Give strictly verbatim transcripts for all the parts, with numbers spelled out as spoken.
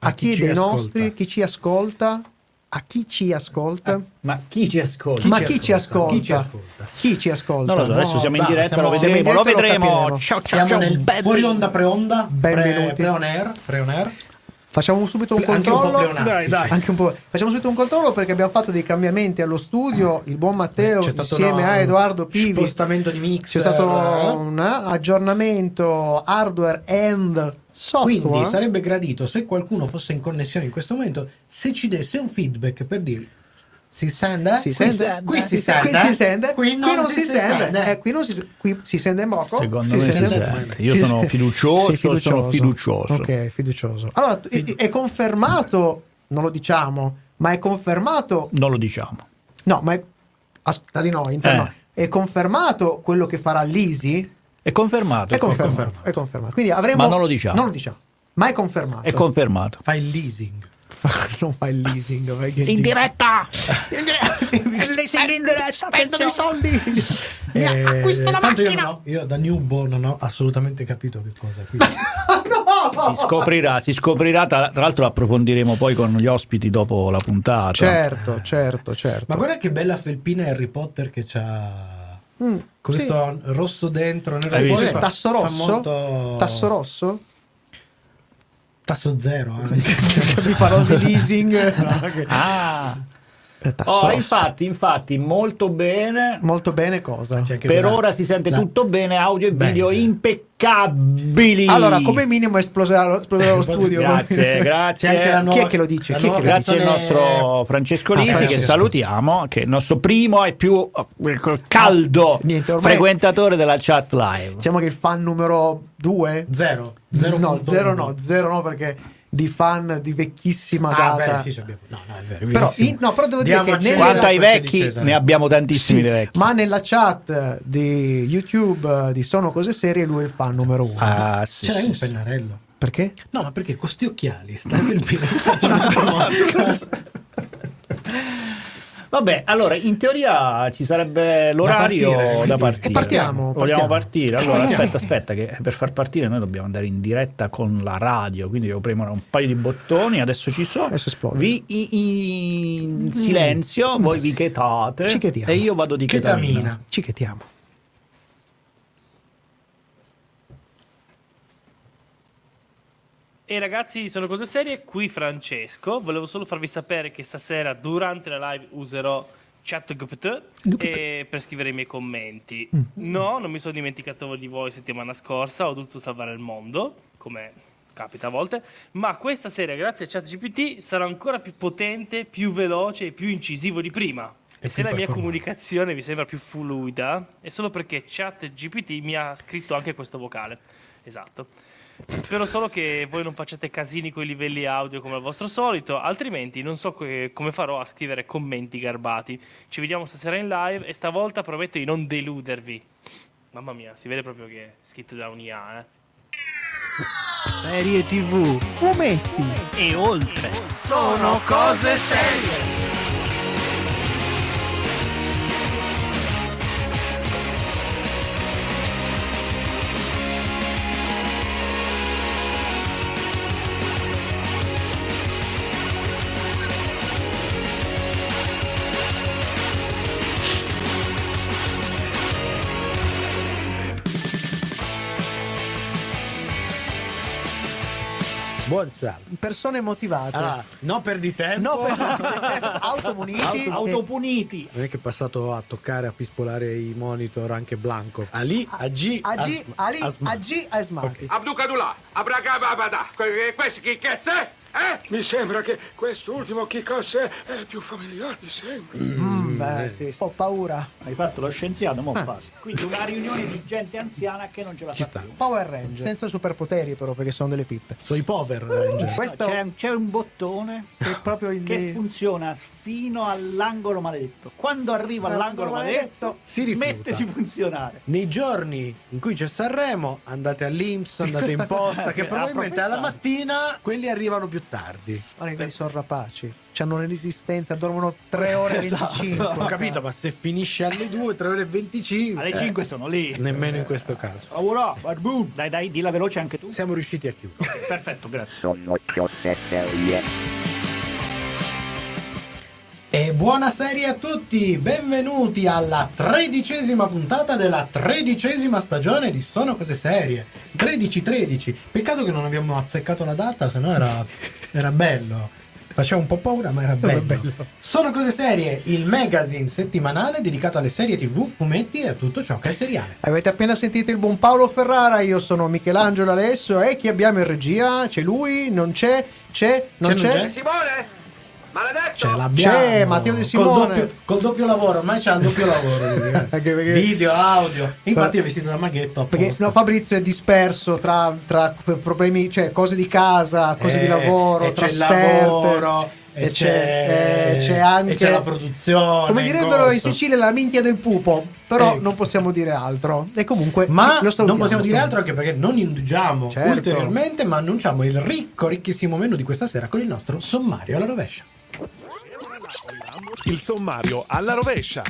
a chi, chi dei ascolta. nostri, chi ci ascolta, a chi ci ascolta. Eh, ma chi ci ascolta? Ma ci chi ci ascolta? Chi ci ascolta? Chi ci ascolta? Non lo so, adesso No, siamo in dai, diretta, siamo- lo siamo in vedremo, lo diretta e lo vedremo. capiremo. Ciao, ciao, Siamo ciao, nel belli. fuori onda, pre-onda, Benvenuti. pre, on air, pre-on air. Facciamo subito un Anche un po' controllo. pleonastici. Dai, dai. Anche un po'. Facciamo subito un controllo perché abbiamo fatto dei cambiamenti allo studio. Il buon Matteo C'è stato insieme una- a Edoardo Pivi. spostamento di mixer. C'è stato eh? un aggiornamento hardware and software. Quindi sarebbe gradito se qualcuno fosse in connessione in questo momento, se ci desse un feedback per dire si sente? Si Qui sente? Qui si Qui sente? si sente? Qui non, si, sente. Eh, qui non si qui si sente poco. Secondo me si sente. Io Si sono sente. fiducioso, Sei sono fiducioso. Ok, fiducioso. Allora, è, è confermato, non lo diciamo, ma è confermato. Non lo diciamo. No, ma è aspetta di no, inter- Eh. no. È confermato quello che farà l'Easy? È confermato. È confermato, confermato. è confermato. Quindi avremo Ma non lo diciamo. Non lo diciamo. Ma è confermato. È confermato. Fa il leasing. Non fa il leasing, vai che In ti- diretta! Il leasing in diretta, spendono i soldi. Mi Eh, acquisto la tanto io, macchina. non ho- io da newborn non ho assolutamente capito che cosa. Quindi Si scoprirà, si scoprirà. Tra, tra l'altro approfondiremo poi con gli ospiti dopo la puntata. Certo, certo, certo. Ma guarda che bella felpina Harry Potter che c'ha Mm, questo rosso dentro, nero Hai fuori, visto? fa- tasso fa rosso? molto- Tasso rosso? tasso zero anche. Vi parlo di leasing. no, che- Ah, eh, tasso oh, rosso. infatti, infatti, molto bene. Molto bene cosa? C'è anche Per quella- ora si sente la- tutto bene, audio e video Bene. impeccabili. Allora, come minimo esploderà lo, esploderà lo studio. Grazie, grazie. C'è anche la nuova- Chi è che lo dice? la Chi è che nuova lo Grazie al canzone- nostro Francesco Lisi, Ah, che Francesco. salutiamo, che è il nostro primo e più eh, caldo Niente, ormai- frequentatore della chat live. Diciamo che il fan numero due? Zero. Zero no, punto zero uno. no, zero no, perché di fan di vecchissima Ah, data. beh, sì, ci abbiamo- no, no, è vero. è Però, verissimo. in- no, però devo dire Diamo che a nel- Cesare Quanto ai quel che è di vecchi, Cesare. ne abbiamo tantissimi Sì, di vecchi. ma nella chat di YouTube eh, di Sono Cose Serie lui è il fan numero uno. Ah, sì, Ce l'hai sì, un sì. pennarello? Perché? No, ma perché con sti occhiali sta felpina. Vabbè, allora in teoria ci sarebbe l'orario Da partire, da quindi. partire. E partiamo, Vogliamo partiamo. partire? Allora Partiamo. aspetta, aspetta, che per far partire noi dobbiamo andare in diretta con la radio, quindi devo premere un paio di bottoni. Adesso ci sono. Adesso esplode. Vi i- in silenzio, voi vi chetate Ci chetiamo. e io vado di chetamina. Chetamina. Ci chetiamo. E ragazzi, sono cose serie, qui Francesco. Volevo solo farvi sapere che stasera durante la live userò ChatGPT e per scrivere i miei commenti. No, non mi sono dimenticato di voi settimana scorsa, ho dovuto salvare il mondo, come capita a volte, ma questa sera grazie a ChatGPT sarò ancora più potente, più veloce e più incisivo di prima. E se più la mia performante. comunicazione vi sembra più fluida, è solo perché ChatGPT mi ha scritto anche questo vocale. Esatto. Spero solo che voi non facciate casini con i livelli audio come al vostro solito, altrimenti non so que- come farò a scrivere commenti garbati. Ci vediamo stasera in live e stavolta prometto di non deludervi. Mamma mia, si vede proprio che è scritto da un'I A, eh. Serie tivù, fumetti. E oltre. Sono cose serie. Buon salve. Persone motivate. Allora, no perdi tempo. No, per... automuniti. Autopuniti. Non è che è passato a toccare, a pispolare i monitor anche Blanco. Ali, A G, A G, Asma- Ali, Asma- A G, Asmati. Ok. Abducadulà, abracababada, que- questo chi cazzo è? Eh? Mi sembra che quest'ultimo chi cazzo è è il più familiare di sempre. Mm, beh, sì, ho paura. Hai fatto lo scienziato, mo basta. Quindi una riunione di gente anziana che non ce la Ci fa sta. più. Power Ranger. Senza superpoteri però, perché sono delle pippe. Sono i Power Ranger. Questo C'è, c'è un bottone è proprio il... che funziona fino all'angolo maledetto. Quando arriva all'angolo maledetto, Si smette rifiuta. di funzionare. Nei giorni in cui c'è Sanremo, andate all'I N P S, andate in posta, che probabilmente alla mattina quelli arrivano più tardi. Guarda che quelli sono rapaci. hanno un'esistenza, dormono tre ore e Esatto. venticinque. Ho capito, ma se finisce alle due, tre ore e venticinque. Alle cinque sono lì. Nemmeno in questo caso. Lavora, barbù. Dai, dai, dilla veloce anche tu. Siamo riusciti a chiudere. Perfetto, grazie. Sono cose serie. E buona serie a tutti, benvenuti alla tredicesima puntata della tredicesima stagione di Sono Cose Serie. tredici tredici. Peccato che non abbiamo azzeccato la data, se no era, era bello. Faceva un po' paura, ma era bello. bello. Sono Cose Serie, il magazine settimanale dedicato alle serie tv, fumetti e a tutto ciò che è seriale. Avete appena sentito il buon Paolo Ferrara, io sono Michelangelo Alessio e chi abbiamo in regia? C'è lui? Non c'è? C'è? Non C'è, c'è? non c'è? Simone? Maledetto! Ce l'abbiamo. C'è Matteo De Simone. Col doppio, col doppio lavoro, ormai c'ha il doppio lavoro. lui, eh. Anche perché- Video, audio. Infatti è vestito da maghetto apposta. Perché no, Fabrizio è disperso tra, tra problemi, cioè cose di casa, cose Eh, di lavoro, e c'è il trasferte. lavoro, e c'è- eh, c'è anche e c'è la produzione come in direbbero in corso. Sicilia, la minchia del pupo. Però Ecco. non possiamo dire altro. E comunque Ma ci- lo salutiamo. non possiamo dire altro anche perché non indugiamo Certo. ulteriormente, ma annunciamo il ricco, ricchissimo menu di questa sera con il nostro sommario alla rovescia. Il sommario alla rovescia.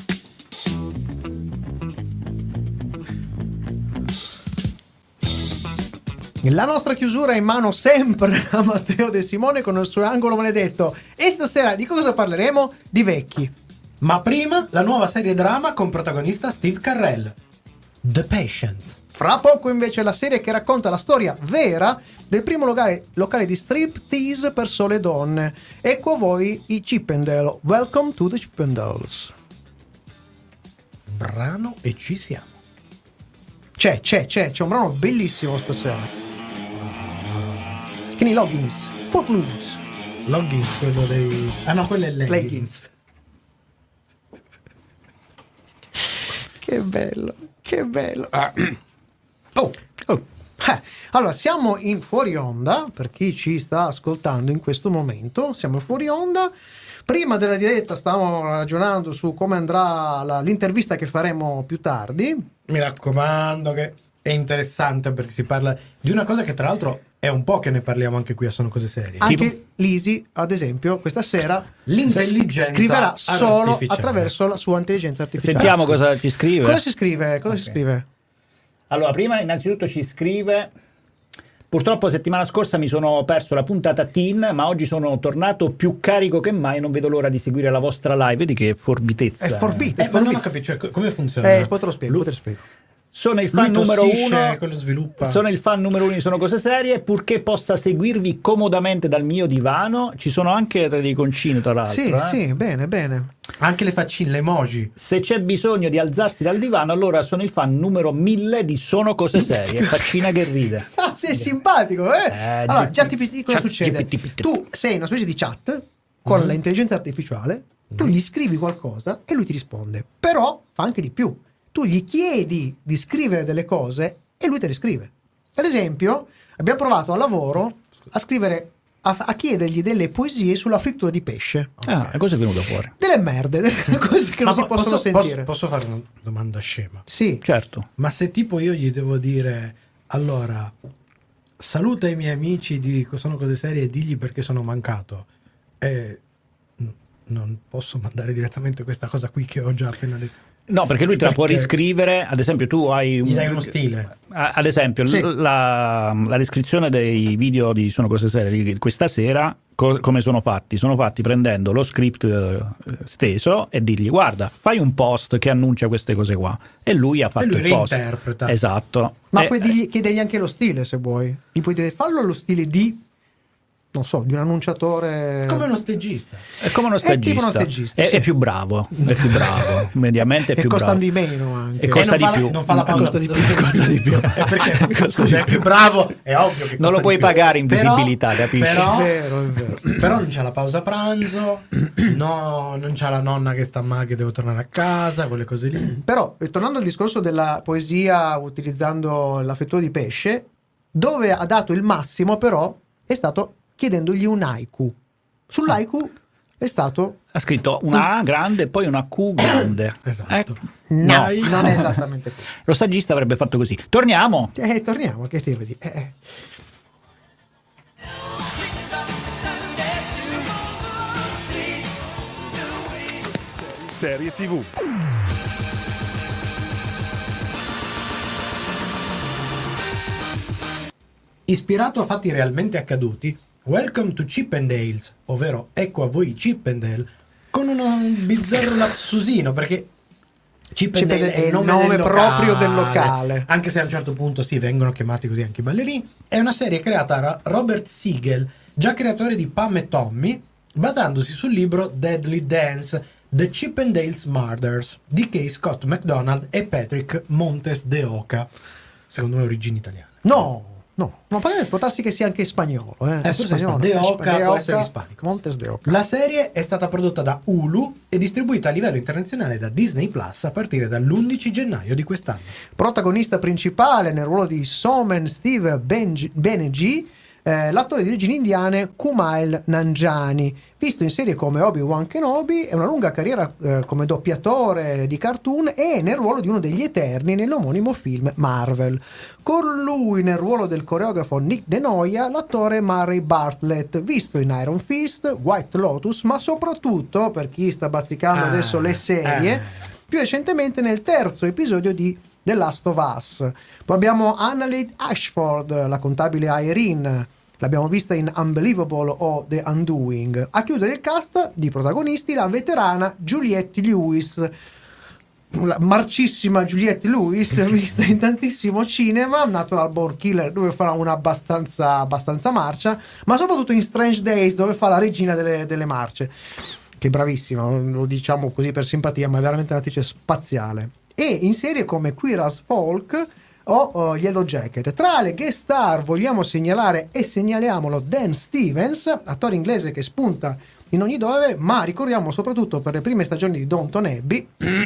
La nostra chiusura è in mano sempre a Matteo De Simone con il suo angolo maledetto. E stasera di cosa parleremo? Di vecchi. Ma prima la nuova serie drama con protagonista Steve Carell, The Patient. Fra poco invece la serie che racconta la storia vera del primo locale, locale di striptease per sole donne. Ecco a voi i Chippendale. Welcome to the Chippendales. Brano e ci siamo. C'è, c'è, c'è, c'è un brano bellissimo stasera. Kenny Loggins, Footloose. Loggins, quello dei... Ah no, quello è Leggins. Leggings. Che bello, che bello. Ah. Oh, oh. Eh, allora, siamo in fuori onda, per chi ci sta ascoltando in questo momento, siamo in fuori onda. Prima della diretta stavamo ragionando su come andrà la, l'intervista che faremo più tardi. Mi raccomando che è interessante perché si parla di una cosa che tra l'altro è un po' che ne parliamo anche qui a Sono Cose Serie. Anche Lisi, ad esempio, questa sera L'intelligenza scriverà solo artificiale. attraverso la sua intelligenza artificiale. Sentiamo cosa ci scrive. Cosa si scrive? Cosa si Ok. scrive? Allora, prima innanzitutto ci scrive: purtroppo settimana scorsa mi sono perso la puntata teen, ma oggi sono tornato più carico che mai, non vedo l'ora di seguire la vostra live. Vedi che forbitezza. È forbito, Eh, è ma non ho forbito. capito, cioè, co- come funziona? Eh, poi te lo spiego, poi te lo spiego. Sono il Lui fan numero tossisce, uno. quello sviluppa. Sono il fan numero uno di Sono Cose Serie, purché possa seguirvi comodamente dal mio divano. Ci sono anche delle iconcine, tra l'altro. Sì, eh. sì, bene, bene. Anche le faccine, le emoji. Se c'è bisogno di alzarsi dal divano, allora sono il fan numero mille di Sono Cose Serie. Faccina che ride. Ah, sei simpatico, eh? Eh, allora, G P- già ti dico cosa chat succede. G P T. Tu sei una specie di chat con l'intelligenza artificiale, tu gli scrivi qualcosa e lui ti risponde. Però fa anche di più. Tu gli chiedi di scrivere delle cose e lui te le scrive. Ad esempio, abbiamo provato a lavoro a scrivere, a, a chiedergli delle poesie sulla frittura di pesce. Ah, e cosa è venuto fuori? Delle merde, delle cose che non Ma si po- possono posso, sentire. posso- posso fare una domanda scema? Sì. Certo. Ma se tipo io gli devo dire, allora, saluta i miei amici di Sono Cose Serie e digli perché sono mancato, e n- non posso mandare direttamente questa cosa qui che ho già appena detto. No, perché lui te la può Perché- riscrivere. Ad esempio, tu hai un- Gli dai uno stile. A- Ad esempio, Sì. l- la, la descrizione dei video di Sono Cose Serie di questa sera, co- come sono fatti? Sono fatti prendendo lo script eh, steso e digli: guarda, fai un post che annuncia queste cose qua. E lui ha fatto E lui il post. reinterpreta. Esatto. Ma E- puoi dirgli, chiedergli anche lo stile se vuoi. Gli puoi dire fallo allo stile di, non so, di un annunciatore. Come uno stagista. È come uno È stagista. tipo uno stagista, È, sì. è più bravo. È più bravo. Mediamente è E più costano bravo. di meno anche. E costa E non di fa più. La, non fa la pausa. Costa di più. Costa di più. Eh, perché Costa di se è più. più bravo, è ovvio che Non lo costa puoi di più. pagare in Però- visibilità, capisci? Però, È vero, è vero. però non c'è la pausa pranzo, no, non c'è la nonna che sta male che deve tornare a casa, quelle cose lì. Però, eh, tornando al discorso della poesia utilizzando la frittura di pesce, dove ha dato il massimo però è stato chiedendogli un haiku. Sull'haiku è stato Ha scritto una A grande e poi una Q grande. Esatto. Ecco. no, Dai. non è esattamente così. Lo stagista avrebbe fatto così. Torniamo. Eh, torniamo, che ti vedi? Eh, eh. serie tivù. Ispirato a fatti realmente accaduti, Welcome to Chippendales, ovvero Ecco a voi Chippendale, con un bizzarro lapsusino, perché Chippendale è il nome, nome del proprio locale, del locale. anche se a un certo punto sì, vengono chiamati così anche i ballerini. È una serie creata da Robert Siegel, già creatore di Pam e Tommy, basandosi sul libro Deadly Dance, The Chippendales Murders di K. Scott McDonald e Patrick Montes de Oca, secondo me origini italiane. No, no, ma può darsi che sia anche spagnolo. Eh, Eh, forse spagnolo. De Oca De può Oca, essere ispanico. Montes de Oca. La serie è stata prodotta da Hulu e distribuita a livello internazionale da Disney Plus a partire dall'undici gennaio di quest'anno. Protagonista principale nel ruolo di Somen Steve Benji- Banerjee, eh, l'attore di origini indiane Kumail Nanjiani, visto in serie come Obi-Wan Kenobi e una lunga carriera eh, come doppiatore di cartoon e nel ruolo di uno degli Eterni nell'omonimo film Marvel. Con lui nel ruolo del coreografo Nick DeNoia l'attore Murray Bartlett, visto in Iron Fist, White Lotus, ma soprattutto, per chi sta bazzicando Ah, adesso le serie, eh. più recentemente nel terzo episodio di The Last of Us. Poi abbiamo Annalyn Ashford, la contabile Irene, l'abbiamo vista in Unbelievable o The Undoing. A chiudere il cast di protagonisti la veterana Juliette Lewis, la marcissima Juliette Lewis, sì. vista in tantissimo cinema, Natural Born Killer dove fa una abbastanza, abbastanza marcia, ma soprattutto in Strange Days dove fa la regina delle, delle marce, che è bravissima, lo diciamo così per simpatia, ma è veramente un'attrice spaziale. E in serie come Queer as Folk o uh, Yellow Jacket. Tra le guest star vogliamo segnalare e segnaliamolo Dan Stevens, attore inglese che spunta in ogni dove, ma ricordiamo soprattutto per le prime stagioni di Downton Abbey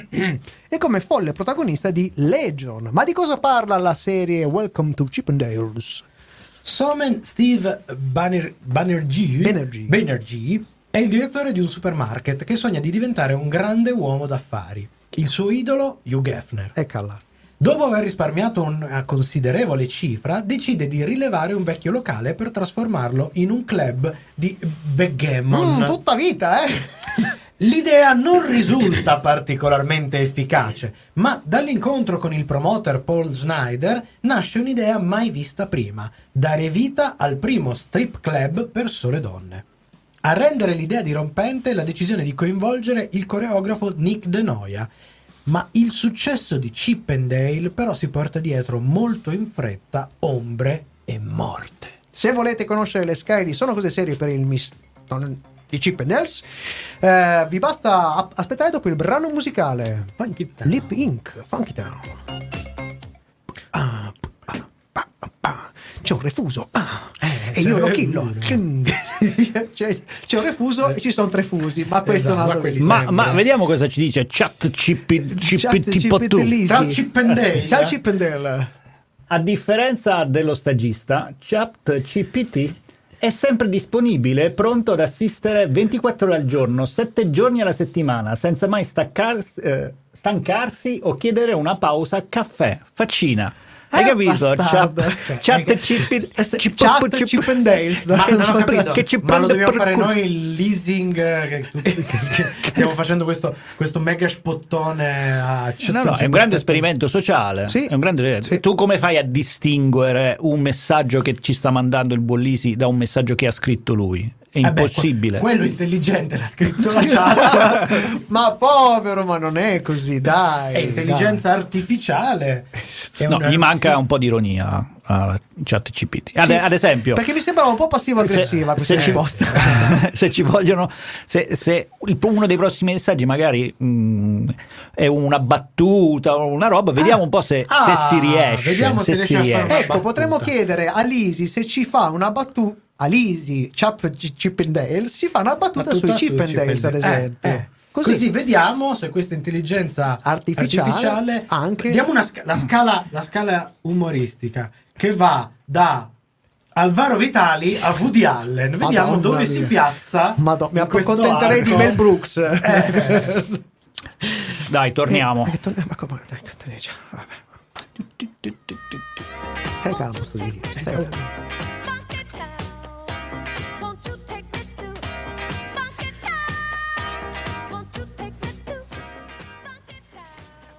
e come folle protagonista di Legion. Ma di cosa parla la serie Welcome to Chippendales? Somen Steve Baner- Banerjee, Banerjee. Banerjee è il direttore di un supermarket che sogna di diventare un grande uomo d'affari. Il suo idolo, Hugh Hefner. Eccola. Dopo aver risparmiato una considerevole cifra, decide di rilevare un vecchio locale per trasformarlo in un club di backgammon. Mm, tutta vita, eh! L'idea non risulta particolarmente efficace, ma dall'incontro con il promoter Paul Snyder nasce un'idea mai vista prima: dare vita al primo strip club per sole donne. A rendere l'idea dirompente la decisione di coinvolgere il coreografo Nick DeNoia. Ma il successo di Chippendale però si porta dietro molto in fretta ombre e morte. Se volete conoscere le scale di Sono Cose Serie per il mistone di Chippendales, eh, vi basta a- aspettare dopo il brano musicale Funky Town. Lip Inc. Funky Town. Ah, ah, ah, ah, ah. C'è un refuso ah, Eh, e io c'è lo un killo. c'è, c'è un refuso e ci sono tre fusi, ma questo Esatto, è un ma altro quelli discorso. Ma, ma vediamo cosa ci dice Chat Cippi Chippendale. Ciao Chippendale. Ciao Chippendale. A differenza dello stagista, ChatGPT è sempre disponibile e pronto ad assistere ventiquattro ore al giorno, sette giorni alla settimana, senza mai staccarsi, eh, stancarsi o chiedere una pausa caffè. Faccina. Hai Eh, capito? bastardo. Chat, chat Chip Chat Chippendales. Ma non ho capito, Che ci ma lo prende dobbiamo per fare culo. noi il leasing eh, che, tutti- che- che stiamo facendo questo, questo mega spottone a No, no, è un grande esperimento sociale. Sì. È un grande... Sì. Tu come fai a distinguere un messaggio che ci sta mandando il buon Lisi da un messaggio che ha scritto lui? È Eh beh, impossibile. que- quello intelligente l'ha scritto la chat. Ma povero, ma non è così, dai. È intelligenza artificiale. È No, una- gli manca un po' di ironia a ChatGPT. Ad, Sì, ad esempio, perché mi sembrava un po' passivo-aggressiva se, questa se ci, risposta. se ci vogliono, se, se il- uno dei prossimi messaggi magari mh, è una battuta o una roba, vediamo un po' se, Ah, se si riesce. vediamo se se si riesce a fare riesce. una Ecco, potremmo battuta. chiedere a Lisi se ci fa una battuta. A Lisi, Chap Chippendales, ci fa una battuta, Battuta sui su Chippendales, ad Chippendale. esempio. Eh, eh. Così. Così. vediamo se questa intelligenza Artificiale artificiale, anche- diamo una sca- la, scala, la scala umoristica che va da Alvaro Vitali a Woody Allen. Vediamo Madonna dove mia. si piazza. Madonna, mi in questo accontenterei di arco. Mel Brooks. Eh. Dai, torniamo. Eh, eh, torniamo, ma come- dai, dai, già, vabbè. Stai calmo, sto di dire. Stai calmo.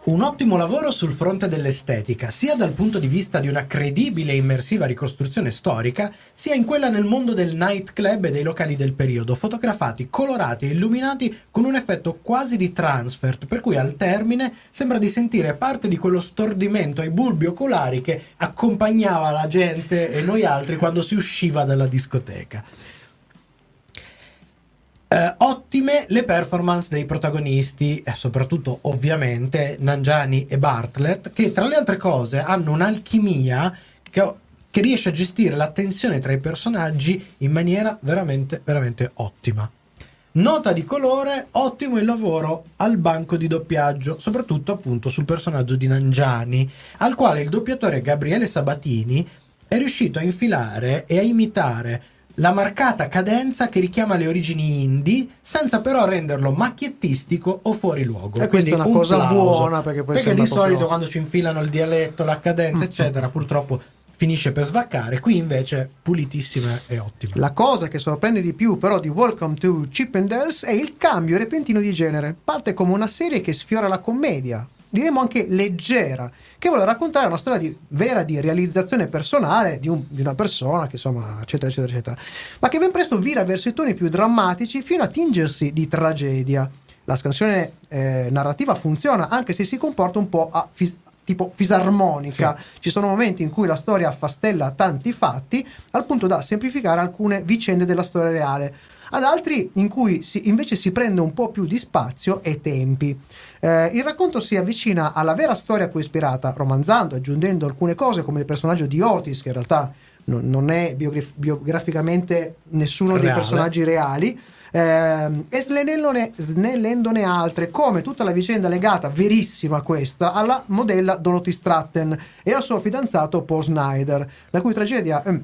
Un ottimo lavoro sul fronte dell'estetica, sia dal punto di vista di una credibile e immersiva ricostruzione storica, sia in quella nel mondo del nightclub e dei locali del periodo, fotografati, colorati e illuminati con un effetto quasi di transfert, per cui al termine sembra di sentire parte di quello stordimento ai bulbi oculari che accompagnava la gente e noi altri quando si usciva dalla discoteca. Uh, ottime le performance dei protagonisti, e soprattutto ovviamente Nanjiani e Bartlett, che tra le altre cose hanno un'alchimia che, che riesce a gestire la tensione tra i personaggi in maniera veramente veramente ottima. Nota di colore, ottimo il lavoro al banco di doppiaggio, soprattutto appunto sul personaggio di Nanjiani, al quale il doppiatore Gabriele Sabatini è riuscito a infilare e a imitare la marcata cadenza che richiama le origini indie, senza però renderlo macchiettistico o fuori luogo. E questa è una un cosa plauso. buona, perché poi perché di sembra solito proprio... quando ci infilano il dialetto, la cadenza, eccetera, purtroppo finisce per svaccare. Qui invece pulitissima e ottima. La cosa che sorprende di più però di Welcome to Chip and Dale's è il cambio repentino di genere. Parte come una serie che sfiora la commedia, diremmo anche leggera, che vuole raccontare una storia di, vera di realizzazione personale di, un, di una persona che insomma eccetera eccetera eccetera, ma che ben presto vira verso i toni più drammatici fino a tingersi di tragedia. La scansione eh, narrativa funziona anche se si comporta un po' a fis- tipo fisarmonica. Sì. Ci sono momenti in cui la storia affastella tanti fatti al punto da semplificare alcune vicende della storia reale, ad altri in cui si, invece si prende un po' più di spazio e tempi. Eh, il racconto si avvicina alla vera storia a cui è ispirata, romanzando, aggiungendo alcune cose come il personaggio di Otis, che in realtà non, non è biograf- biograficamente nessuno Reale. dei personaggi reali, eh, e snellendone, snellendone altre, come tutta la vicenda legata, verissima questa, alla modella Dorothy Stratton e al suo fidanzato Paul Snider, la cui tragedia ehm,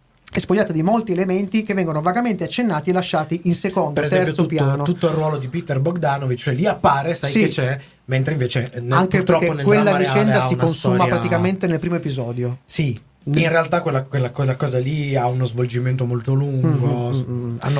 è spogliata di molti elementi che vengono vagamente accennati e lasciati in secondo, per esempio, terzo tutto, piano. tutto il ruolo di Peter Bogdanovich, cioè lì appare, sai sì. che c'è, mentre invece nel, anche purtroppo perché nel quella dramma vicenda reale si ha una consuma storia... praticamente nel primo episodio. Sì, in realtà quella, quella, quella cosa lì ha uno svolgimento molto lungo. Mm-hmm, mm-hmm. Hanno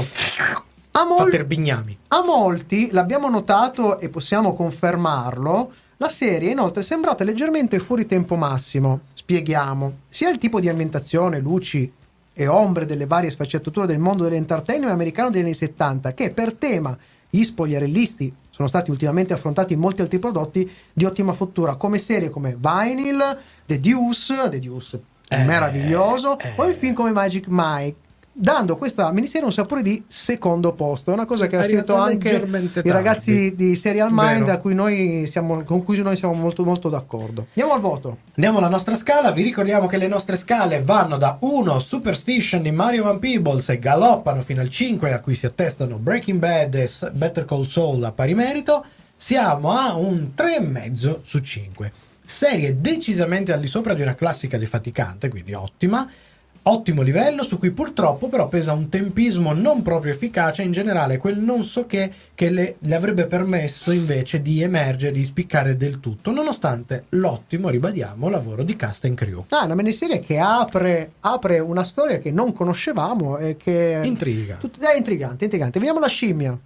a mol- fatto erbignami. A molti, l'abbiamo notato e possiamo confermarlo, la serie inoltre è sembrata leggermente fuori tempo massimo. Spieghiamo. Sia il tipo di ambientazione, luci e ombre delle varie sfaccettature del mondo dell'entertainment americano degli anni settanta, che per tema gli spogliarellisti sono stati ultimamente affrontati in molti altri prodotti di ottima fattura, come serie come Vinyl, The Deuce, The Deuce eh, meraviglioso, eh. o in film come Magic Mike, dando questa miniserie un sapore di secondo posto. È una cosa che ha scritto anche i ragazzi di Serial Mind, a cui noi siamo, con cui noi siamo molto molto d'accordo. Andiamo al voto. Andiamo alla nostra scala. Vi ricordiamo che le nostre scale vanno da uno Superstition di Mario Van Peebles e galoppano fino al cinque, a cui si attestano Breaking Bad e Better Call Saul a pari merito. Siamo a un tre virgola cinque su cinque. Serie decisamente al di sopra di una classica defaticante, quindi ottima. Ottimo livello, su cui purtroppo però pesa un tempismo non proprio efficace, in generale quel non so che che le, le avrebbe permesso invece di emergere, di spiccare del tutto, nonostante l'ottimo, ribadiamo, lavoro di cast and crew. Ah, una miniserie che apre, apre una storia che non conoscevamo e che... Intriga. Tut- è intrigante, intrigante. Vediamo la scimmia.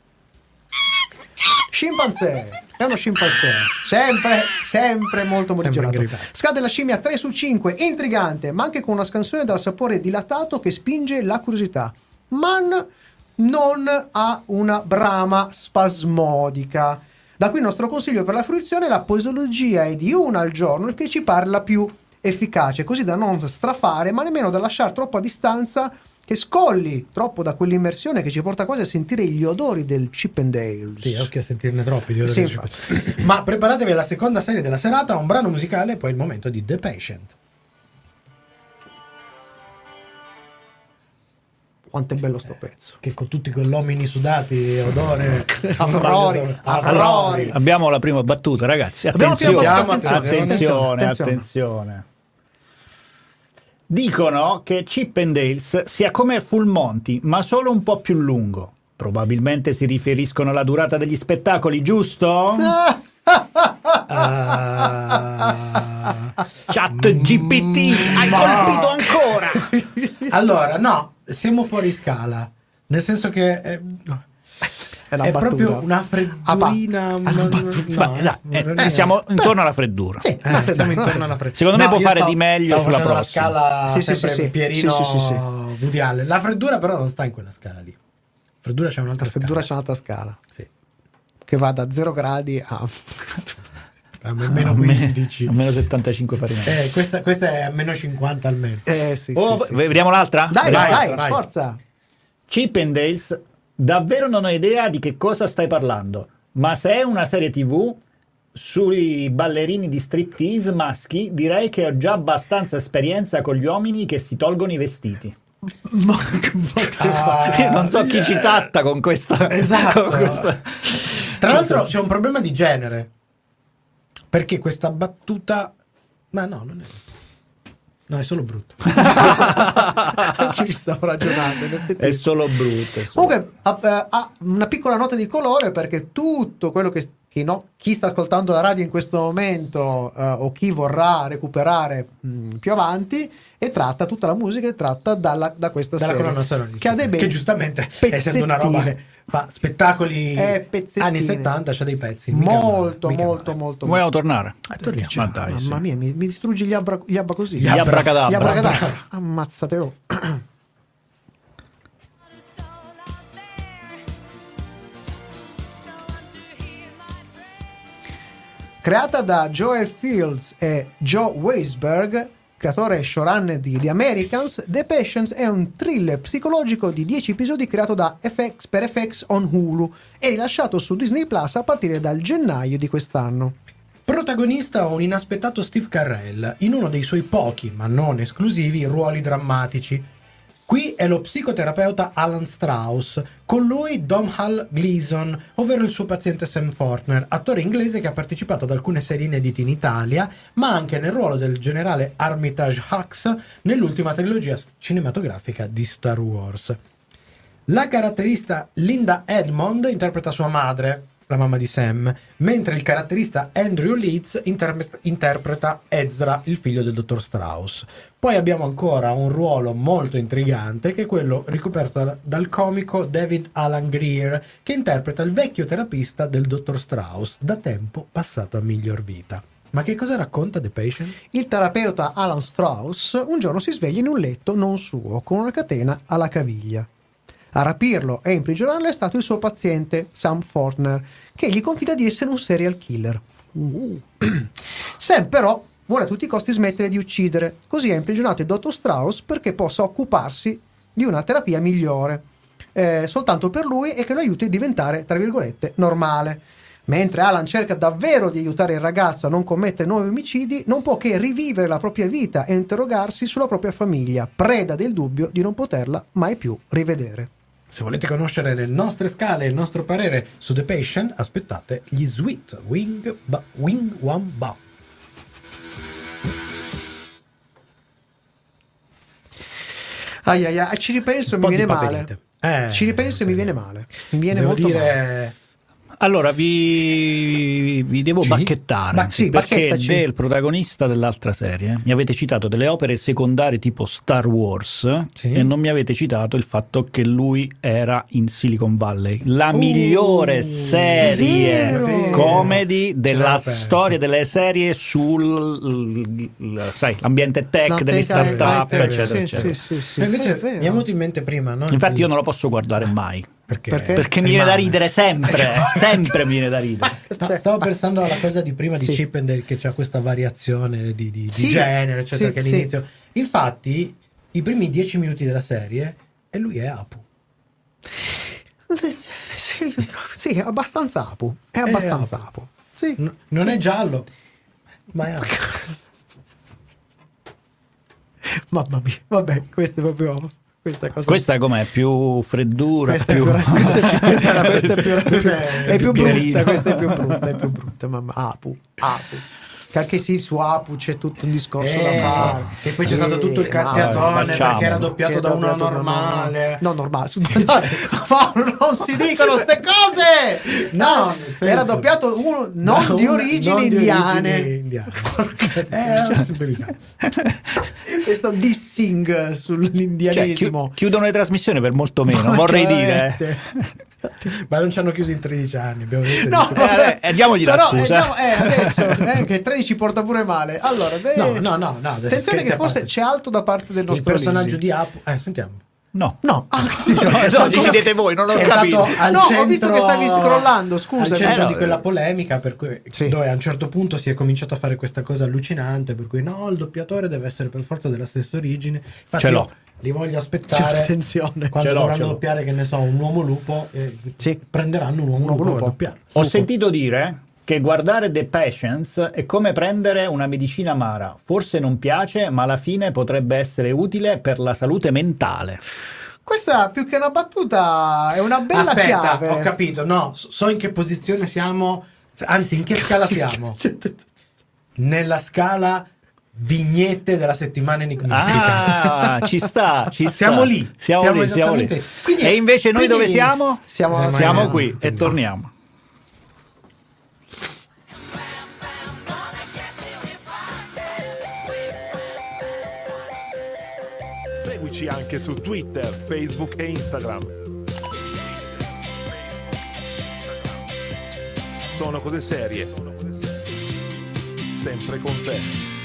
Scimpanzé. È uno scimpanzé. Sempre, sempre molto morigerato. Scade la scimmia tre su cinque. Intrigante, ma anche con una scansione dal sapore dilatato che spinge la curiosità. Man non ha una brama spasmodica. Da qui il nostro consiglio per la fruizione: la posologia è di una al giorno, il che ci pare la più efficace, così da non strafare, ma nemmeno da lasciare troppa distanza che scolli troppo da quell'immersione che ci porta quasi a sentire gli odori del Chip and Dale's. Sì, occhio a sentirne troppi gli odori. Sì, ma preparatevi alla seconda serie della serata, un brano musicale e poi il momento di The Patient. Quanto è bello sto pezzo, che con tutti quell'omini sudati, odore avrori, avrori. Abbiamo la prima battuta, ragazzi, attenzione, attenzione, attenzione, attenzione. Dicono che Chip and Dale's sia come Full Monty, ma solo un po' più lungo. Probabilmente si riferiscono alla durata degli spettacoli, giusto? uh... Chat G P T, hai Ma... colpito ancora. Allora, no, siamo fuori scala, nel senso che eh, È, una è battuta. proprio una freddurina. Ah, ma- una battuta. no, Beh, dai, non eh, è- siamo intorno alla freddura. Sì, Eh, una freddura, siamo una intorno alla freddura. freddura. Secondo me No, può io fare stavo- di meglio stavo sulla facendo prossima. la scala Sì, sì, sempre sì, sì. Pierino Sì, sì, sì, sì. Woody Allen. La freddura però non sta in quella scala lì. Freddura c'è un'altra La freddura c'è scala. un'altra scala Sì. che va da zero gradi a A meno A me- quindici. a meno settantacinque Fahrenheit. Eh, questa, questa è a meno cinquanta almeno. eh, sì, Oh, sì, sì, vediamo l'altra? Dai, Vai, dai, vai. forza. Chip and Dale's, davvero non ho idea di che cosa stai parlando, ma se è una serie tivù sui ballerini di striptease maschi, direi che ho già abbastanza esperienza con gli uomini che si tolgono i vestiti. Ah, Io non so chi ci tratta con questa. Esatto. con questa- Tra l'altro c'è un problema di genere. Perché questa battuta... Ma no, non è... No, è solo brutto. Anche io ci stavo ragionando. in effetti. È solo brutto. è solo- Comunque ha, eh, ha una piccola nota di colore perché tutto quello che, che no, chi sta ascoltando la radio in questo momento eh, o chi vorrà recuperare mh, più avanti è tratta, tutta la musica è tratta dalla, da questa Dalla serie colonna sonora di che ha dei bei che giustamente essendo una roba che pezzettine. fa spettacoli Eh, pezzettine. anni settanta c'ha dei pezzi mica molto, male, mica molto, male. molto, Vogliamo tornare? Eh, torniamo. Ma dai, Mamma sì. mia, mi, mi distruggi gli abra, gli abba così. Gli Gli abracadabra. Gli abracadabra. Ammazzate. Oh. Creata da Joel Fields e Joe Weisberg, creatore e showrunner di The Americans, The Patience è un thriller psicologico di dieci episodi creato da F X per F X on Hulu e rilasciato su Disney Plus a partire dal gennaio di quest'anno. Protagonista un inaspettato Steve Carell in uno dei suoi pochi, ma non esclusivi, ruoli drammatici. Qui è lo psicoterapeuta Alan Strauss, con lui Domhnall Gleeson, ovvero il suo paziente Sam Fortner, attore inglese che ha partecipato ad alcune serie inedite in Italia, ma anche nel ruolo del generale Armitage Hux nell'ultima trilogia cinematografica di Star Wars. La caratterista Linda Edmond interpreta sua madre, la mamma di Sam, mentre il caratterista Andrew Leeds interpre- interpreta Ezra, il figlio del dottor Strauss. Poi abbiamo ancora un ruolo molto intrigante che è quello ricoperto da- dal comico David Alan Grier, che interpreta il vecchio terapista del dottor Strauss, da tempo passato a miglior vita. Ma che cosa racconta The Patient? Il terapeuta Alan Strauss un giorno si sveglia in un letto non suo, con una catena alla caviglia. A rapirlo e imprigionarlo è stato il suo paziente, Sam Fortner, che gli confida di essere un serial killer. Uh. Sam però vuole a tutti i costi smettere di uccidere, così ha imprigionato il dottor Strauss perché possa occuparsi di una terapia migliore, eh, soltanto per lui e che lo aiuti a diventare, tra virgolette, normale. Mentre Alan cerca davvero di aiutare il ragazzo a non commettere nuovi omicidi, non può che rivivere la propria vita e interrogarsi sulla propria famiglia, preda del dubbio di non poterla mai più rivedere. Se volete conoscere le nostre scale e il nostro parere su The Patient, aspettate gli Sweet Wing, ba- Wing One Ba. Ai ai ai, ci ripenso e Un mi po' viene di male. papelite. Eh, ci ripenso e mi sì. viene male. Mi viene Devo molto dire... male. Allora, vi, vi devo Sì? bacchettare Ba- sì, perché bacchettaci. del protagonista dell'altra serie mi avete citato delle opere secondarie tipo Star Wars Sì. e non mi avete citato il fatto che lui era in Silicon Valley, la Uh, migliore serie è vero. comedy della l'ho persa. storia delle serie sul l- l- sai, l'ambiente tech, No, delle tech, start-up, tech, eccetera, sì, eccetera. sì, sì, sì. E invece È vero. mi è venuto in mente prima, no? Infatti io non lo posso guardare mai Perché? Perché? perché mi Stai viene da male. ridere sempre, sempre mi viene da ridere. Sta- Stavo pensando alla cosa di prima di Sì. Chip and Dale, che c'ha questa variazione di, di- di Sì. genere, eccetera, Sì, che sì. all'inizio. Infatti, i primi dieci minuti della serie e lui è Apu. Sì, sì, è abbastanza apu. È abbastanza apu. Sì. N- non è giallo, ma è Apu. Mamma mia, vabbè, questo è proprio questa cosa. Questa com'è? Più freddura, Questa è più... più, questa è più, questa è la- questa è più, Questa è è più più brutta, Pierino. questa è più brutta, è più brutta, mamma. Apu, Apu. Che anche sì, su Apu c'è tutto un discorso Eh, da fare. che poi c'è stato tutto il Eh, cazziatone no, perché era facciamo. doppiato Che da uno doppiato da normale. No, normale. Su- no, non si dicono ste cose! No, nel senso- era doppiato uno non Da di un- origini non di indiane. origini indiane. Eh, era semplificato. Questo dissing Cioè, chi- sull'indianesimo. chiudono le trasmissioni per molto meno, vorrei dire. Veramente. Ma non ci hanno chiuso in tredici anni, abbiamo detto. No, Eh, vabbè, eh, diamogli la però, scusa. eh, diamo- eh, adesso eh, che tredici porta pure male. Allora, de- No, no, no, no, adesso attenzione scherzi che a forse parte. c'è altro da parte del Il nostro personaggio Lisi. di Apu, eh, sentiamo. No. No, ah, sì, No, cioè, no, decidete voi, non ho È capito. stato al No, ho centro, visto che stavi scrollando, scusa. al centro Eh, no, di quella eh. polemica per cui, Sì. dove a un certo punto si è cominciato a fare questa cosa allucinante per cui no, il doppiatore deve essere per forza della stessa origine. Infatti Ce l'ho. io li voglio aspettare attenzione. quando Ce l'ho, dovranno ce l'ho. doppiare, che ne so, un uomo lupo, eh, Sì. prenderanno un uomo, Un uomo lupo, lupo. a doppiare. Ho sentito dire che guardare The Patience è come prendere una medicina amara. Forse non piace, ma alla fine potrebbe essere utile per la salute mentale. Questa più che una battuta è una bella Aspetta, chiave. ho capito, no, so so in che posizione siamo, anzi in che scala siamo. Nella scala vignette della settimana enigmistica. Ah, ci sta, ci sta. Siamo lì, Siamo, siamo lì, siamo lì. esattamente- quindi- e invece noi quindi- dove siamo? Siamo, Siamo Siamo in- qui e torniamo. Seguici anche su Twitter, Facebook e Instagram. Sono cose serie. Sempre con te.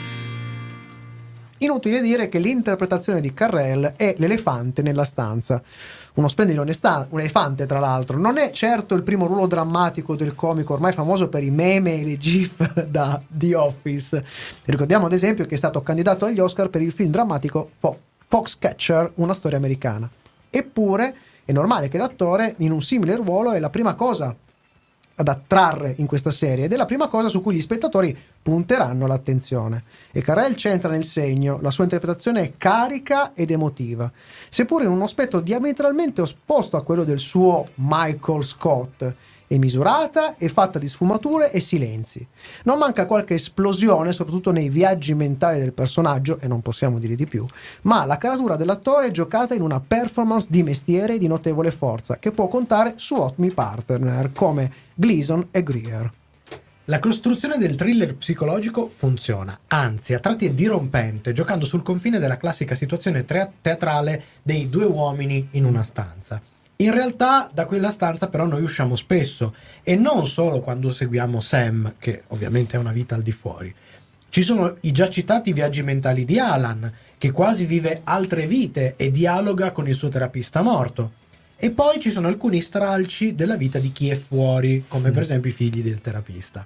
Inutile dire che l'interpretazione di Carrel è l'elefante nella stanza. Uno splendido onesta- un elefante, tra l'altro. Non è certo il primo ruolo drammatico del comico ormai famoso per i meme e le gif da The Office. Ricordiamo ad esempio che è stato candidato agli Oscar per il film drammatico Fo- Foxcatcher, una storia americana. Eppure è normale che l'attore in un simile ruolo è la prima cosa ad attrarre in questa serie ed è la prima cosa su cui gli spettatori punteranno l'attenzione. E Carrel c'entra nel segno, la sua interpretazione è carica ed emotiva, seppure in un aspetto diametralmente opposto a quello del suo Michael Scott. È misurata e fatta di sfumature e silenzi. Non manca qualche esplosione, soprattutto nei viaggi mentali del personaggio, e non possiamo dire di più, ma la caratura dell'attore è giocata in una performance di mestiere di notevole forza, che può contare su ottimi partner come Gleason e Greer. La costruzione del thriller psicologico funziona, anzi a tratti è dirompente, giocando sul confine della classica situazione tre- teatrale dei due uomini in una stanza. In realtà da quella stanza però noi usciamo spesso, e non solo quando seguiamo Sam, che ovviamente ha una vita al di fuori. Ci sono i già citati viaggi mentali di Alan, che quasi vive altre vite e dialoga con il suo terapista morto. E poi ci sono alcuni stralci della vita di chi è fuori, come per esempio i figli del terapista.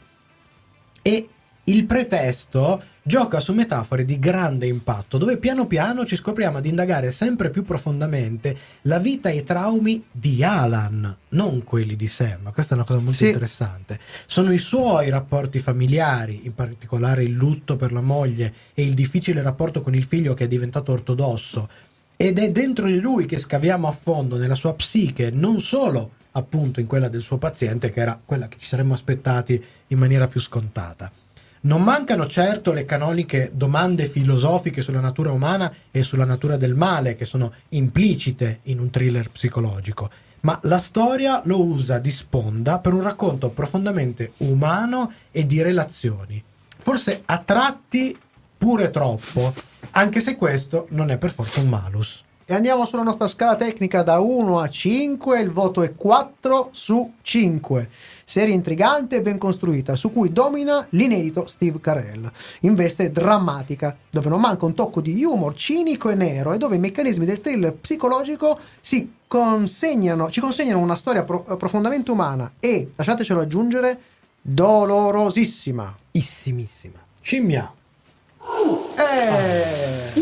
E il pretesto gioca su metafore di grande impatto, dove piano piano ci scopriamo ad indagare sempre più profondamente la vita e i traumi di Alan, non quelli di Sam. Questa è una cosa molto Sì. interessante. Sono i suoi rapporti familiari, in particolare il lutto per la moglie e il difficile rapporto con il figlio che è diventato ortodosso. Ed è dentro di lui che scaviamo a fondo nella sua psiche, non solo appunto in quella del suo paziente, che era quella che ci saremmo aspettati in maniera più scontata. Non mancano certo le canoniche domande filosofiche sulla natura umana e sulla natura del male, che sono implicite in un thriller psicologico, ma la storia lo usa di sponda per un racconto profondamente umano e di relazioni, forse a tratti pure troppo, anche se questo non è per forza un malus. E andiamo sulla nostra scala tecnica da uno a cinque, il voto è quattro su cinque. Serie intrigante e ben costruita, su cui domina l'inedito Steve Carell, in veste drammatica, dove non manca un tocco di humor cinico e nero e dove i meccanismi del thriller psicologico si consegnano, ci consegnano una storia pro- profondamente umana e, lasciatecelo aggiungere, dolorosissima. Issimissima. Scimmia. Eh...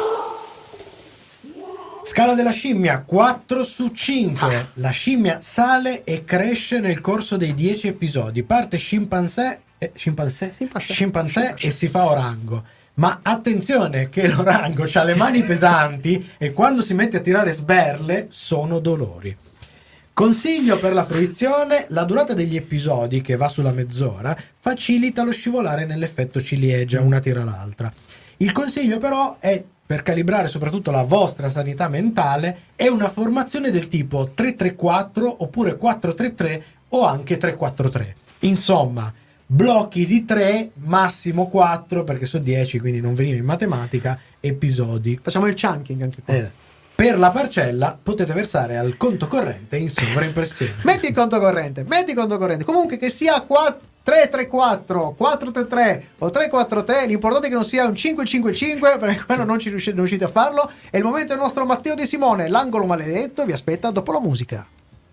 Scala della scimmia quattro su cinque. La scimmia sale e cresce nel corso dei dieci episodi. Parte scimpanzé, eh, scimpanzé, Scimpanzé. scimpanzé e si fa orango. Ma attenzione che l'orango ha le mani pesanti e quando si mette a tirare sberle sono dolori. Consiglio per la fruizione: la durata degli episodi, che va sulla mezz'ora, facilita lo scivolare nell'effetto ciliegia, una tira l'altra. Il consiglio però è, per calibrare soprattutto la vostra sanità mentale, è una formazione del tipo tre tre quattro oppure quattro tre tre o anche tre quattro tre. Insomma, blocchi di tre, massimo quattro, perché sono dieci, quindi non veniva in matematica, episodi. Facciamo il chunking anche qua. Eh, per la parcella potete versare al conto corrente in sovraimpressione. Metti il conto corrente, metti il conto corrente. Comunque che sia tre tre quattro, quattro tre tre o tre quattro tre, l'importante è che non sia un cinque cinque cinque, perché quello non ci riuscite, non riuscite a farlo. È il momento del nostro Matteo De Simone, l'angolo maledetto vi aspetta dopo la musica.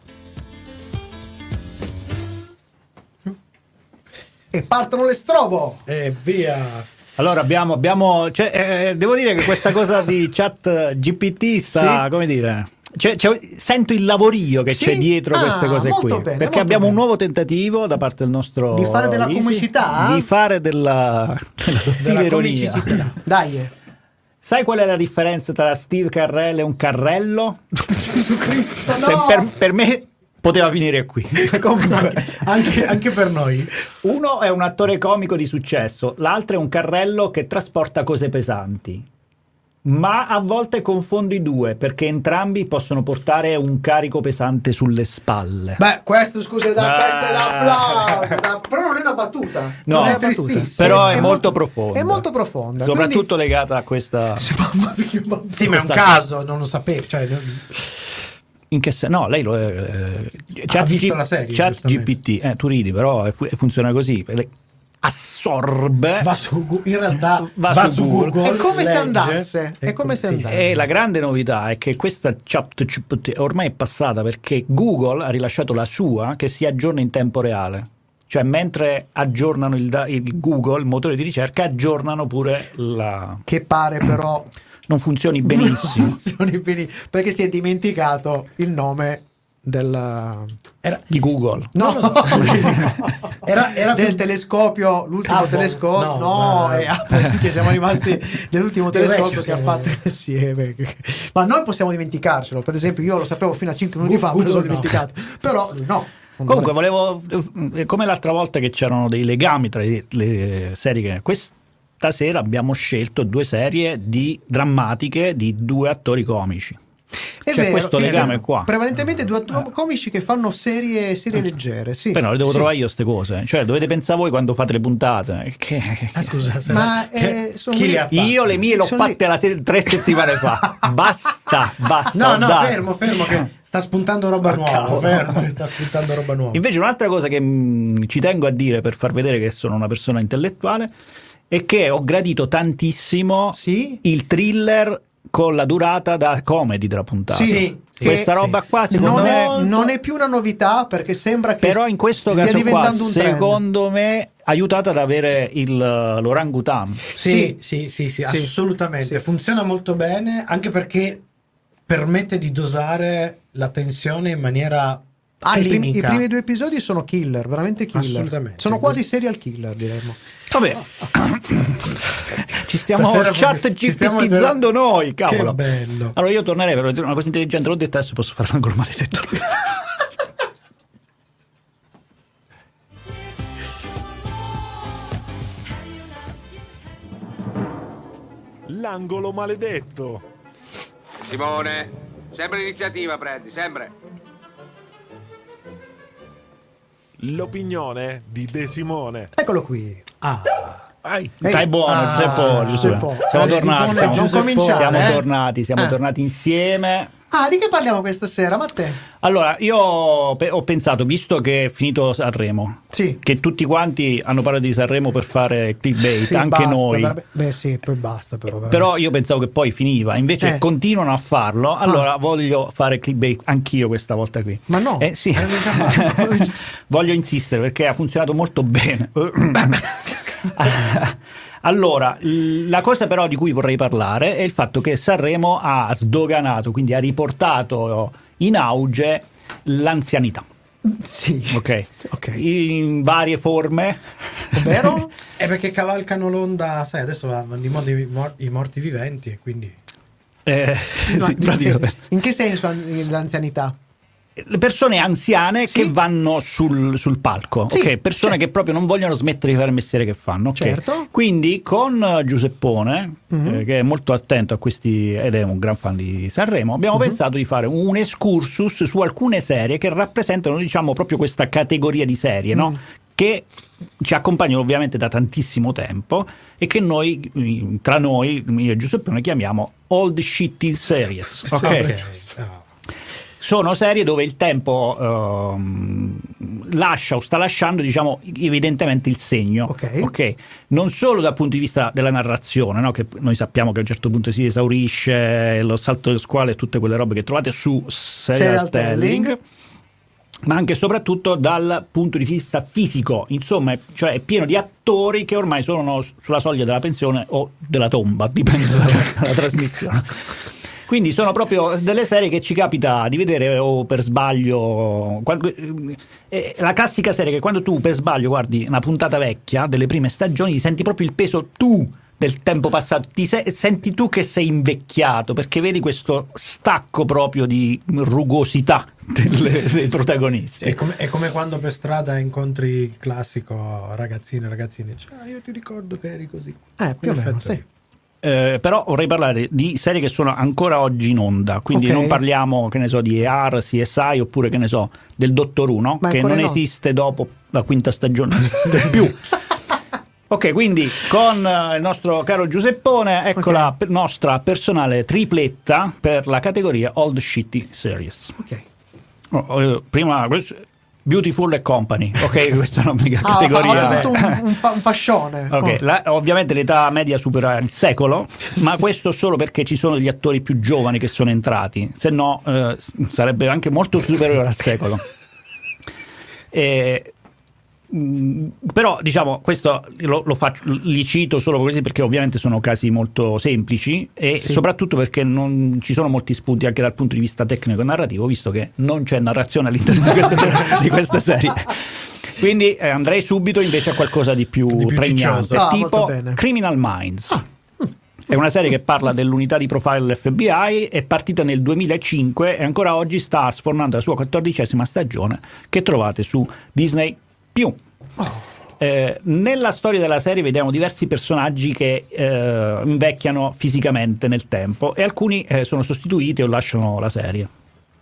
E partono le strobo. E via. Allora abbiamo, abbiamo cioè, eh, devo dire che questa cosa di chat G P T sta, sì. come dire, cioè, cioè, sento il lavorio che sì? c'è dietro ah, queste cose qui, bene, perché abbiamo bene. un nuovo tentativo da parte del nostro di fare della Easy, comicità, di fare della, della sottile della ironia. Dai. Sai qual è la differenza tra Steve Carell e un carrello? Gesù Cristo, no! Se per, per me poteva finire qui. Comunque, anche, anche per noi. Uno è un attore comico di successo, l'altro è un carrello che trasporta cose pesanti. Ma a volte confondo i due, perché entrambi possono portare un carico pesante sulle spalle. Beh, questo scusa, da, Ah. questo è l'applauso, da- però non è una battuta. No, non è è una battuta. tristissimo. Però è, molto profonda. È molto profonda. Soprattutto legata a questa... Quindi... Sì, ma è un Questa- caso, non lo sapevo. Cioè, non- In che senso? No, lei lo è. Eh, Ha visto la serie, Chat G giustamente. P T, eh, tu ridi, però è fu- funziona così. Le- Assorbe. va su Gu- in realtà Va va, su su Google. Google. È come se legge, andasse, è e come se sì. andasse. E la grande novità è che questa Chat G P T ormai è passata, perché Google ha rilasciato la sua che si aggiorna in tempo reale. Cioè, mentre aggiornano il, da- il Google, il motore di ricerca, aggiornano pure la. Che pare però Non funzioni benissimo. non funzioni bene, perché si è dimenticato il nome del Era, Di Google. no, era, era del più- telescopio, l'ultimo Ah, boh, telescopio, no, no, ma- eh, ah, perché siamo rimasti nell'ultimo È telescopio vecchio, che ha siamo- fatto insieme. Ma noi possiamo dimenticarcelo, per esempio io lo sapevo fino a cinque minuti fa, me lo sono Google no. dimenticato, però lui no. Non Comunque dovrebbe. volevo, eh, come l'altra volta che c'erano dei legami tra le, le serie, che questa sera abbiamo scelto due serie di drammatiche di due attori comici. È C'è vero, questo è legame vero. qua. Prevalentemente due attori comici che fanno serie, serie leggere, sì. Però le devo sì. trovare io ste cose. Cioè, dovete pensare voi quando fate le puntate. Che... Ah, scusa, se- Ma, che- eh, sono chi lì- le ha fatte? Io le mie le ho Sono fatte la se- tre settimane fa. Basta, basta. No, ho no, dato. fermo, fermo, che sta spuntando roba nuova. cavolo. Fermo, che sta spuntando roba nuova. Invece un'altra cosa che mh, ci tengo a dire per far vedere che sono una persona intellettuale è che ho gradito tantissimo Sì? il thriller con la durata da comedy della puntata. Sì, sì, Questa sì. roba qua secondo non, me è, non è più una novità, perché sembra che però in questo stia caso qua diventando un trend. secondo me aiutata ad avere il, l'orangutan. Sì, sì, sì, sì, Sì. assolutamente. Sì. Funziona molto bene, anche perché permette di dosare la tensione in maniera Ah, i, primi, i clinica. primi due episodi sono killer, veramente killer. Assolutamente. Sono quasi serial killer, diremmo. Vabbè, ci stiamo Stasera chat proprio- ci stiamo- GPTizzando noi, cavolo. Che bello. Allora io tornerei per dire una cosa intelligente, l'ho detto, adesso posso fare l'angolo maledetto. L'angolo maledetto. Simone, sempre l'iniziativa prendi, sempre. L'opinione di De Simone. Eccolo qui. Ah, Vai. Ehi. Stai buono, Ah, Giuseppe. Giuseppe. Giuseppe. Siamo Eh, tornati. Simone, Siamo, non cominciare, siamo eh. tornati, siamo Ah. tornati insieme. Ah, di che parliamo questa sera, Matteo? Allora, io ho pe- ho pensato, visto che è finito Sanremo, Sì. che tutti quanti hanno parlato di Sanremo per fare clickbait, Sì, anche basta, noi. veramente- Beh, sì, poi basta, però. veramente. Però io pensavo che poi finiva, invece Eh. continuano a farlo. Allora voglio fare clickbait anch'io questa volta qui. Ma no, Eh, sì. l'avevi già fatto. Voglio insistere perché ha funzionato molto bene. Allora, l- la cosa però di cui vorrei parlare è il fatto che Sanremo ha sdoganato, quindi ha riportato in auge l'anzianità, Sì. ok? Ok. In varie forme. Vero? è perché cavalcano l'onda, sai, adesso vanno di moda i, mor- i morti viventi e quindi... Eh, No, sì, in, praticamente. in che senso an- l'anzianità? Le persone anziane Sì. che vanno sul, sul palco, Sì, ok? Persone sì. che proprio non vogliono smettere di fare il mestiere che fanno, ok? Certo. Quindi con eh, Giuseppone, Mhm. eh, che è molto attento a questi ed è un gran fan di Sanremo, abbiamo Mhm. pensato di fare un excursus su alcune serie che rappresentano, diciamo, proprio questa categoria di serie, no? Mm. Che ci accompagnano ovviamente da tantissimo tempo e che noi, tra noi, io e Giuseppone, chiamiamo Old Shitty Series. Ok. Ok. Sono serie dove il tempo ehm, lascia o sta lasciando, diciamo, evidentemente il segno. Ok. Ok. Non solo dal punto di vista della narrazione, no? Che noi sappiamo che a un certo punto si esaurisce, lo salto del squalo e tutte quelle robe che trovate su serial, Serial telling. telling, ma anche e soprattutto dal punto di vista fisico, insomma, è- cioè è pieno di attori che ormai sono sulla soglia della pensione o della tomba, dipende dalla, dalla trasmissione. Quindi sono proprio delle serie che ci capita di vedere o per sbaglio. quando- eh, la classica serie che quando tu per sbaglio guardi una puntata vecchia delle prime stagioni senti proprio il peso tu del tempo passato, ti se- senti tu che sei invecchiato perché vedi questo stacco proprio di rugosità delle- dei protagonisti. È come, è come quando per strada incontri il classico ragazzino e ragazzine, dici, ah, io ti ricordo che eri così. Eh, più o In meno, effetti. sì. Eh, però vorrei parlare di serie che sono ancora oggi in onda, quindi Ok. non parliamo, che ne so, di E R, C S I oppure, che ne so, del Dottor Uno, Ma che ancora non no. esiste dopo la quinta stagione, non esiste più. Ok, quindi con eh, il nostro caro Giuseppone, ecco Ok. la pe- nostra personale tripletta per la categoria Old Shitty Series. Ok. Oh, oh, prima questo- Beautiful e Company, ok, questa è una mega Ah, categoria. ho fatto un, un, fa- un fascione. Ok, Oh. la- ovviamente l'età media supera il secolo, ma questo solo perché ci sono degli attori più giovani che sono entrati, se no eh, s- sarebbe anche molto superiore al secolo. E, mh, però diciamo questo lo, lo faccio, li cito solo così perché ovviamente sono casi molto semplici e Sì. soprattutto perché non ci sono molti spunti anche dal punto di vista tecnico e narrativo, visto che non c'è narrazione all'interno di questa, di questa serie. Quindi eh, andrei subito invece a qualcosa di più, Di più pregnante, ciccioso. Ah, molto tipo bene. Criminal Minds. È una serie che parla dell'unità di profile dell'F B I, è partita nel duemilacinque e ancora oggi sta sfornando la sua quattordicesima stagione, che trovate su Disney più. Eh, nella storia della serie vediamo diversi personaggi che eh, invecchiano fisicamente nel tempo e alcuni eh, sono sostituiti o lasciano la serie.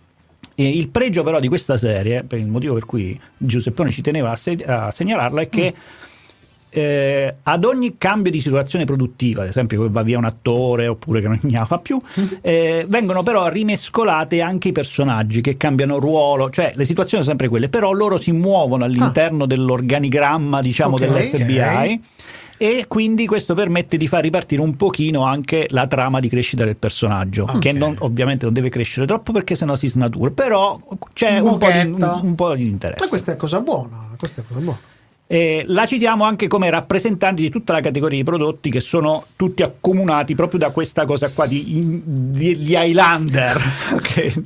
E il pregio però di questa serie, per il motivo per cui Giuseppone ci teneva a, se- a segnalarla, è che eh, ad ogni cambio di situazione produttiva, ad esempio che va via un attore oppure che non ne fa più, eh, vengono però rimescolate anche i personaggi che cambiano ruolo, cioè le situazioni sono sempre quelle, però loro si muovono all'interno dell'organigramma, diciamo, Ok, dell'F B I. ok. E quindi questo permette di far ripartire un pochino anche la trama di crescita del personaggio, Ok. che non- ovviamente non deve crescere troppo perché sennò si snatura, però c'è Un un, po' di, pochetto. un, un po' di interesse. Ma questa è cosa buona. Questa è cosa buona. E la citiamo anche come rappresentanti di tutta la categoria di prodotti che sono tutti accomunati proprio da questa cosa qua di, in- degli Highlander. Ok.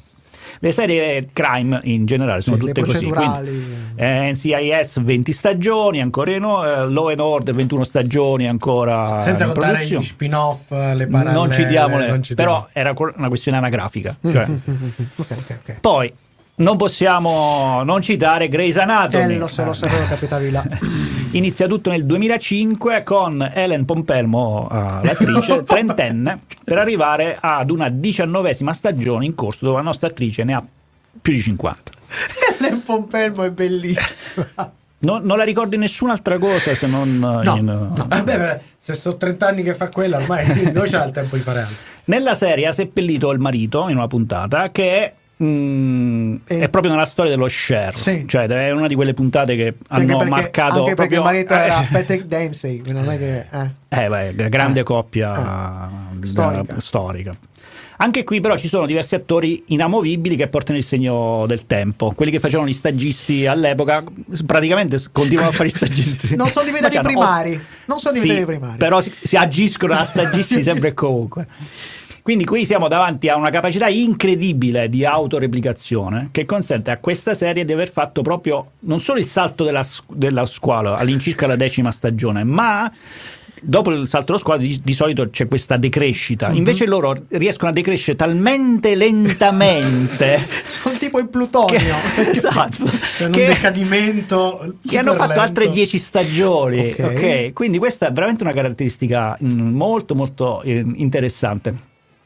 Le serie crime in generale sono Sì, le tutte così. procedurali. Quindi, eh, N C I S venti stagioni, ancora no, eh, Law and Order ventuno stagioni ancora. Senza in contare produzione. gli spin-off, le parallele. Non citiamole, non citiamo. però era co- una questione anagrafica. Cioè. Ok, ok, ok. Poi non possiamo non citare Grey's Anatomy. Eh, lo so, lo sapevo, capitavi là. Inizia tutto nel duemilacinque con Ellen Pompelmo, uh, l'attrice, trentenne, per arrivare ad una diciannovesima stagione in corso dove la nostra attrice ne ha più di cinquanta. Ellen Pompelmo è bellissima. Non, non la ricordo in nessun'altra cosa se non No, in, no. Vabbè, beh, se sono trenta anni che fa quella, ormai non c'ha il tempo di fare altro. Nella serie ha seppellito il marito in una puntata che è, mm, E- è proprio nella storia dello share, Sì. cioè è una di quelle puntate che Sì, anche hanno perché- marcato anche perché proprio il marito era eh, Patrick Dempsey, non è che eh. Eh, beh, la grande Eh. coppia Eh. eh, Storica. storica. Anche qui però ci sono diversi attori inamovibili che portano il segno del tempo. Quelli che facevano gli stagisti all'epoca praticamente s- continuano a fare i stagisti. Non sono diventati Ma c'hanno- primari, non sono diventati Sì, primari. però si, si agiscono da stagisti sempre e comunque. Quindi qui siamo davanti a una capacità incredibile di autoreplicazione che consente a questa serie di aver fatto proprio non solo il salto della, s- della squalo all'incirca la decima stagione, ma dopo il salto dello squalo di, di solito c'è questa decrescita. Invece loro riescono a decrescere talmente lentamente Sono tipo il plutonio. che, esatto, C'è un che- decadimento. che hanno fatto iperlento. altre dieci stagioni. Ok. Ok, quindi questa è veramente una caratteristica mm, molto molto eh, interessante.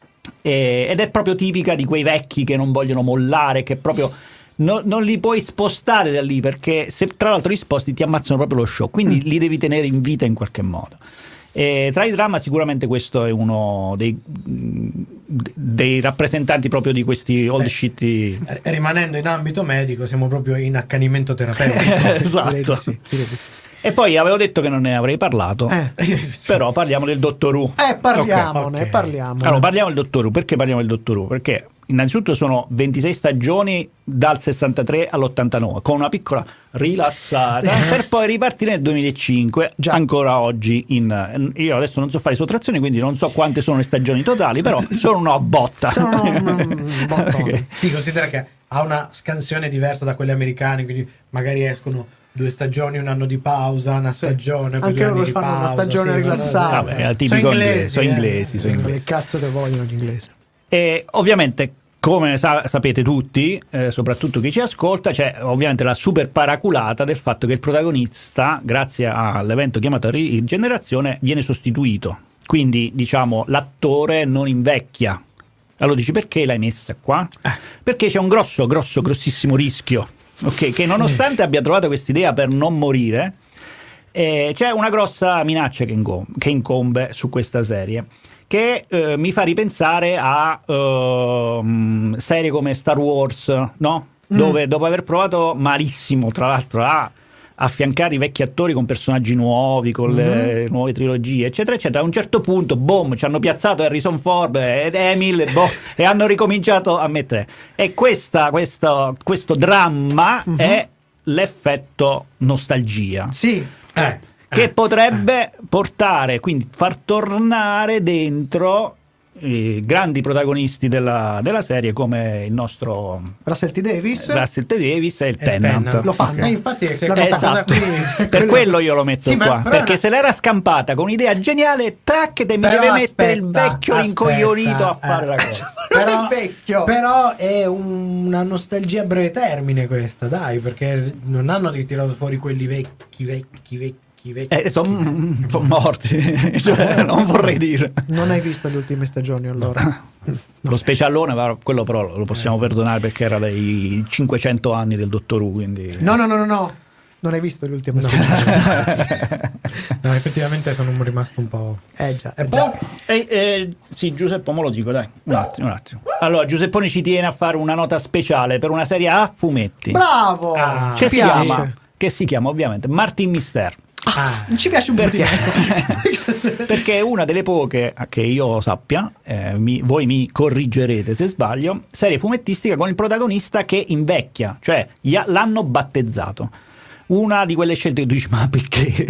E- ed è proprio tipica di quei vecchi che non vogliono mollare, che proprio no- non li puoi spostare da lì, perché se tra l'altro li sposti ti ammazzano proprio lo show, quindi li devi tenere in vita in qualche modo. E tra i dramma sicuramente questo è uno dei, dei rappresentanti proprio di questi old Beh, shit. Rimanendo in ambito medico, siamo proprio in accanimento terapeutico. Esatto. Direi di sì, direi di sì. E poi avevo detto che non ne avrei parlato, Eh. però parliamo del Dottor Who. Eh, parliamone, Ok, ok. parliamone. Allora, parliamo del Dottor Who. Perché parliamo del Dottor Who? Perché innanzitutto sono ventisei stagioni dal sessantatré all'ottantanove, con una piccola rilassata, per poi ripartire nel duemilacinque, Già. ancora oggi. In, io adesso non so fare sottrazioni, quindi non so quante sono le stagioni totali, però sono una botta. Sono un, un bottone. Ok. Si considera che ha una scansione diversa da quelle americane, quindi magari escono due stagioni, un anno di pausa, una stagione, poi Anche due loro anni di fanno una pausa, stagione sì, rilassata. Vabbè, è Sono tipico inglese, inglesi, sono eh. inglesi, sono Le inglesi. cazzo che vogliono gli inglesi. E ovviamente, come sa- sapete tutti, eh, soprattutto chi ci ascolta, c'è ovviamente la super paraculata del fatto che il protagonista, grazie all'evento chiamato rigenerazione, viene sostituito. Quindi, diciamo, l'attore non invecchia. Allora dici, perché l'hai messa qua? Perché c'è un grosso, grosso, grossissimo rischio, ok? Che nonostante abbia trovato quest'idea per non morire, eh, c'è una grossa minaccia che, incom- che incombe su questa serie, che eh, mi fa ripensare a ehm, serie come Star Wars, no? Dove dopo aver provato malissimo, tra l'altro, a affiancare i vecchi attori con personaggi nuovi, con le nuove trilogie, eccetera, eccetera, a un certo punto, boom, ci hanno piazzato Harrison Ford ed Emil e, boh, e hanno ricominciato a mettere. E questa, questa, questo dramma è l'effetto nostalgia. Sì, Eh, Che eh, potrebbe portare, quindi far tornare dentro i grandi protagonisti della, della serie, come il nostro Russell T. Davis. Russell T. Davis e il E Tennant. Tennant. Lo fanno. Eh, infatti è Lo questa cosa Esatto, qui- per quello io lo metto Sì, ma qua, però- perché se l'era scampata con un'idea geniale, tac, te mi Però deve mettere il aspetta, vecchio aspetta, rincoglionito a fare eh. la cosa. Però, Non è vecchio. però è un- una nostalgia a breve termine questa, dai, perché non hanno ritirato fuori quelli vecchi, vecchi, vecchi, vecchi. Eh, sono morti, cioè, non vorrei dire. Non hai visto le ultime stagioni allora? Lo specialone, ma quello però lo possiamo perdonare perché era dei cinquecento anni del Dottor Who, quindi... No, no, no, no, no. Non hai visto le ultime No. stagioni? No, effettivamente sono rimasto un po'. Eh già. E poi Eh, eh, sì, Giuseppe, me lo dico, dai, un attimo, un attimo. Allora, Giuseppone ci tiene a fare una nota speciale per una serie a fumetti. Bravo! Ah. che, Ci si piace. chiama, che si chiama ovviamente Martin Mister. ah, Ci piace un po' di Perché? Perché è una delle poche, che io sappia, eh, mi- voi mi corrigerete se sbaglio, serie fumettistica con il protagonista che invecchia, cioè gli ha- l'hanno battezzato. Una di quelle scelte che tu dici, ma perché?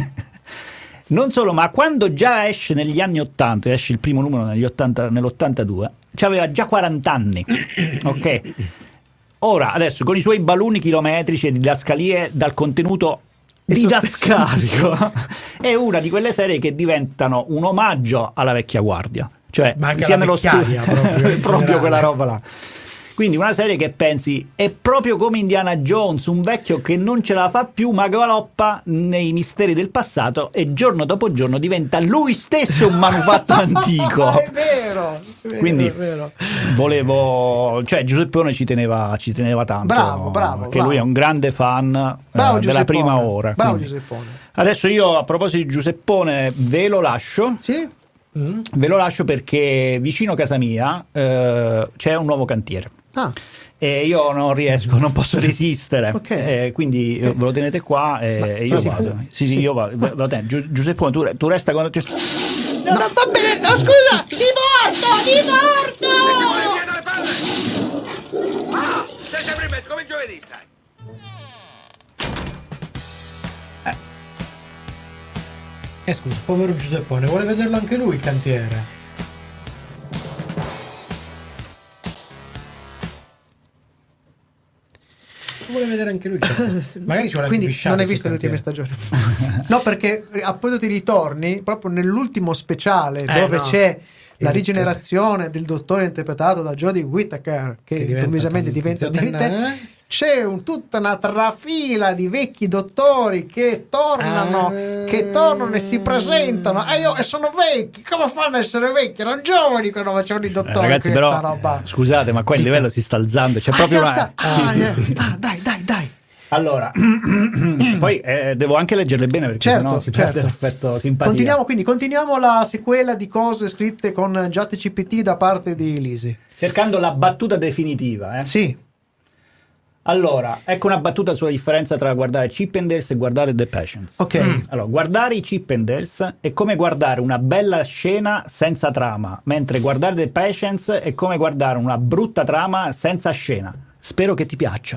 Non solo, ma quando già esce negli anni ottanta, esce il primo numero negli ottanta, nell'ottantadue, aveva già quaranta anni, ok? Ora, adesso, con i suoi baluni chilometrici e didascalie dal contenuto E didascalico, è una di quelle serie che diventano un omaggio alla vecchia guardia, cioè Ma anche sia alla nello vecchiaia, studio proprio, in proprio generale. quella roba là. Quindi una serie che pensi è proprio come Indiana Jones, un vecchio che non ce la fa più ma galoppa nei misteri del passato e giorno dopo giorno diventa lui stesso un manufatto antico. È vero, è vero, Quindi è vero. volevo, cioè Giuseppone ci teneva, ci teneva tanto. Bravo, bravo, Che bravo. lui è un grande fan eh, Bravo della Giuseppone. prima ora. Bravo quindi. Giuseppone. Adesso io, a proposito di Giuseppone, ve lo lascio. Sì? Ve lo lascio perché vicino a casa mia eh, c'è un nuovo cantiere. Ah, E io non riesco, non posso resistere. Ok. Eh, quindi eh, ve lo tenete qua e, Ma e io sei vado. sicuro? Sì, sì, Sì. io vado. Ve- ve lo tengo. Giu- Giuseppe, tu, tu resta con. No, no, no, va bene, no, scusa! Ti morto, ti morto! Via dalle palle! Ah! Sei sempre in mezzo, come giovedì stai. eh, scusa, povero Giuseppone, vuole vederlo anche lui il cantiere. Vuole vedere anche lui il cantiere. Magari ci vuole anche Quindi pisciare non hai sul visto le ultime cantiere. stagioni? No, perché appunto ti ritorni proprio nell'ultimo speciale Eh, dove no. c'è la Il- rigenerazione del dottore interpretato da Jodie Whittaker che, Che diventa improvvisamente tan- diventa, tan- diventa eh? c'è un- tutta una trafila di vecchi dottori che tornano Ah. che tornano e si presentano e, io, e sono vecchi, come fanno ad essere vecchi? Erano giovani quando facevano i Eh, dottori. ragazzi, questa però, roba. scusate, ma qua il livello si sta alzando. C'è Ah, proprio si una. alza- ah, sì, eh, sì, sì. ah, dai, dai, dai. Allora, poi eh, devo anche leggerle bene perché Certo, sennò si certo. perde l'effetto simpatia. Continuiamo quindi, continuiamo la sequela di cose scritte con ChatGPT da parte di Lisi. Cercando la battuta definitiva, eh? Sì. Allora, ecco una battuta sulla differenza tra guardare Chip and Dale e guardare The Patience. Ok. Mm. Allora, guardare i Chip and Dale è come guardare una bella scena senza trama, mentre guardare The Patience è come guardare una brutta trama senza scena. Spero che ti piaccia.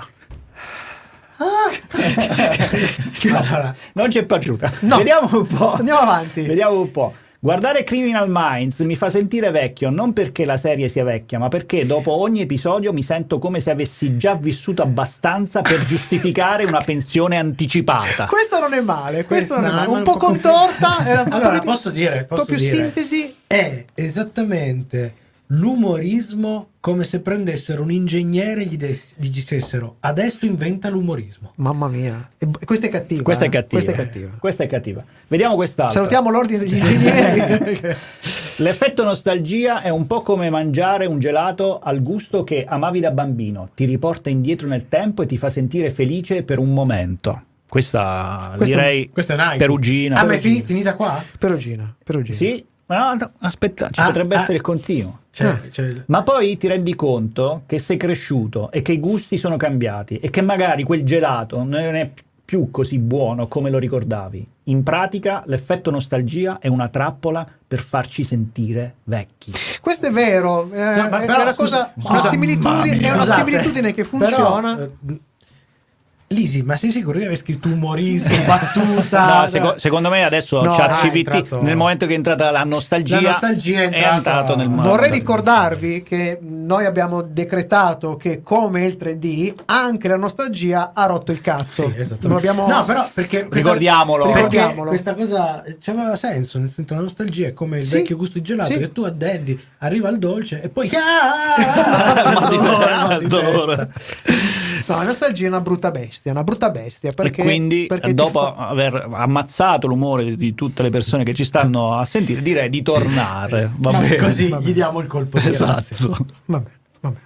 Allora, non ci è piaciuta. No. Vediamo un po'. Andiamo avanti. Vediamo un po'. Guardare Criminal Minds mi fa sentire vecchio, non perché la serie sia vecchia, ma perché dopo ogni episodio mi sento come se avessi già vissuto abbastanza per giustificare una pensione anticipata. Questa non è male, questa, Questa non è male. non è un po' un po' contorta. Era un po' allora più- posso dire, un po' posso più dire, sintesi. è esattamente l'umorismo come se prendessero un ingegnere e gli, des- gli dicessero adesso inventa l'umorismo. Mamma mia. E b- questa è cattiva. Questa è eh. cattiva. Questa è cattiva. Questa è cattiva. Vediamo quest'altra. Salutiamo l'ordine degli ingegneri. L'effetto nostalgia è un po' come mangiare un gelato al gusto che amavi da bambino, ti riporta indietro nel tempo e ti fa sentire felice per un momento. Questa, Questo- direi Questo è un hype. perugina. Ah, ma è fini- finita qua? Perugina, Perugina. Sì, ma no, aspetta, ci Ah, potrebbe ah. essere il continuo. Cioè, Ah. cioè, Ma poi ti rendi conto che sei cresciuto e che i gusti sono cambiati e che magari quel gelato non è più così buono come lo ricordavi. In pratica l'effetto nostalgia è una trappola per farci sentire vecchi. Questo è vero, eh, No, ma è però, una, scusa, cosa, una scusa, similitudine, è una scusate, similitudine che però, funziona. eh, Lisi, ma sei sicuro di aver scritto umorismo, battuta? No, seco- secondo me adesso No, c'ha ah, è ChatGPT, entrato- nel momento che è entrata la nostalgia, La nostalgia è è entrata- entrato nel mondo. Vorrei ricordarvi che noi abbiamo decretato che come il tre D anche la nostalgia ha rotto il cazzo. Sì, esatto. Non abbiamo... No, però perché questa- Ricordiamolo. perché Ricordiamolo. questa cosa aveva senso, nel senso la nostalgia è come il Sì, vecchio gusto di gelato sì. che tu addendi, arriva il dolce e poi ah, Mal di- mal di dolore. testa. No, la nostalgia è una brutta bestia, una brutta bestia. Perché, e quindi perché ti dopo fa- aver ammazzato l'umore di tutte le persone che ci stanno a sentire, direi di tornare. Va No, bene. così va gli bene. diamo il colpo di grazia. Esatto. Vabbè, vabbè.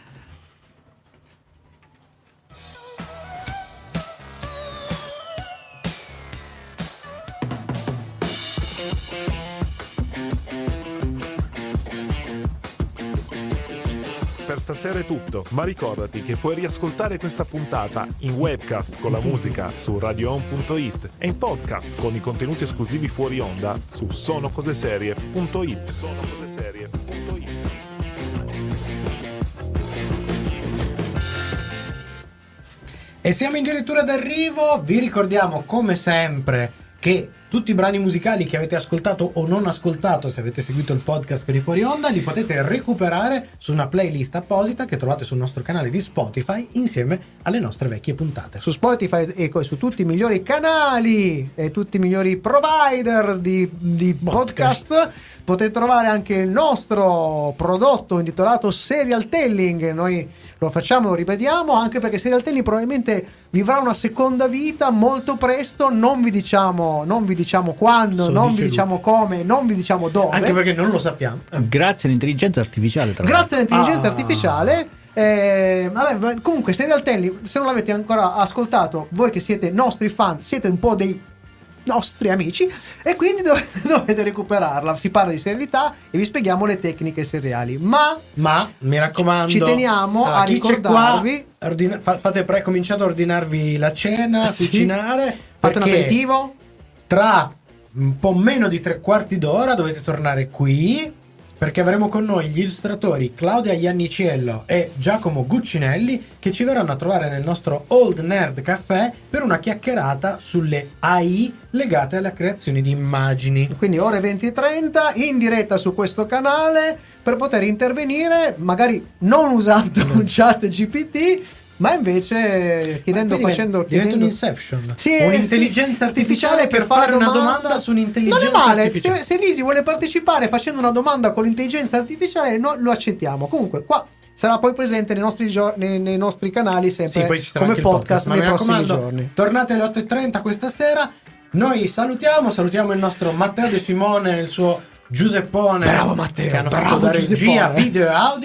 Per stasera è tutto, ma ricordati che puoi riascoltare questa puntata in webcast con la musica su radioon punto it e in podcast con i contenuti esclusivi fuori onda su sonocoseserie punto it. sonocoseserie punto it. E siamo addirittura d'arrivo, vi ricordiamo come sempre che tutti i brani musicali che avete ascoltato o non ascoltato, se avete seguito il podcast con i fuori onda, li potete recuperare su una playlist apposita che trovate sul nostro canale di Spotify insieme alle nostre vecchie puntate. Su Spotify e co- su tutti i migliori canali e tutti i migliori provider di, di podcast potete trovare anche il nostro prodotto intitolato Serial Telling. Noi lo facciamo, lo ripetiamo, anche perché Serial Telling probabilmente vivrà una seconda vita molto presto. Non vi diciamo, non vi diciamo quando, So non dice vi diciamo come, non vi diciamo dove. Anche perché non lo sappiamo. Grazie all'intelligenza artificiale, tra Grazie all'intelligenza Ah. artificiale. Eh, vabbè, ma comunque Serial Telling, se non l'avete ancora ascoltato, voi che siete nostri fan, siete un po' dei nostri amici e quindi dov- dovete recuperarla. Si parla di serialità e vi spieghiamo le tecniche seriali, ma Ma mi raccomando, ci teniamo allora, a chi c'è ricordarvi qua, ordina- fa- fate pre cominciate a ordinarvi la cena, Sì. cucinare, fate un perché aperitivo. tra un po' meno di tre quarti d'ora dovete tornare qui perché avremo con noi gli illustratori Claudia Ianniciello e Giacomo Guccinelli che ci verranno a trovare nel nostro Old Nerd Café per una chiacchierata sulle A I legate alla creazione di immagini. Quindi ore venti e trenta in diretta su questo canale per poter intervenire, magari non usando un chat G P T, ma invece chiedendo, Ma facendo diventa chiedendo... un Inception. Sì, Un'intelligenza sì, artificiale per fare una domanda su un'intelligenza non è male. artificiale. Se, se Lisi vuole partecipare facendo una domanda con l'intelligenza artificiale, noi lo accettiamo. Comunque, qua sarà poi presente nei nostri, gio- nei, nei nostri canali sempre Sì, poi ci sarà come anche il podcast, ma nei mi prossimi raccomando, giorni. tornate alle otto e trenta questa sera. Noi salutiamo, salutiamo il nostro Matteo De Simone e il suo Giuseppone Bravo, Matteo, che hanno bravo fatto da regia, Giuseppone. video e audio.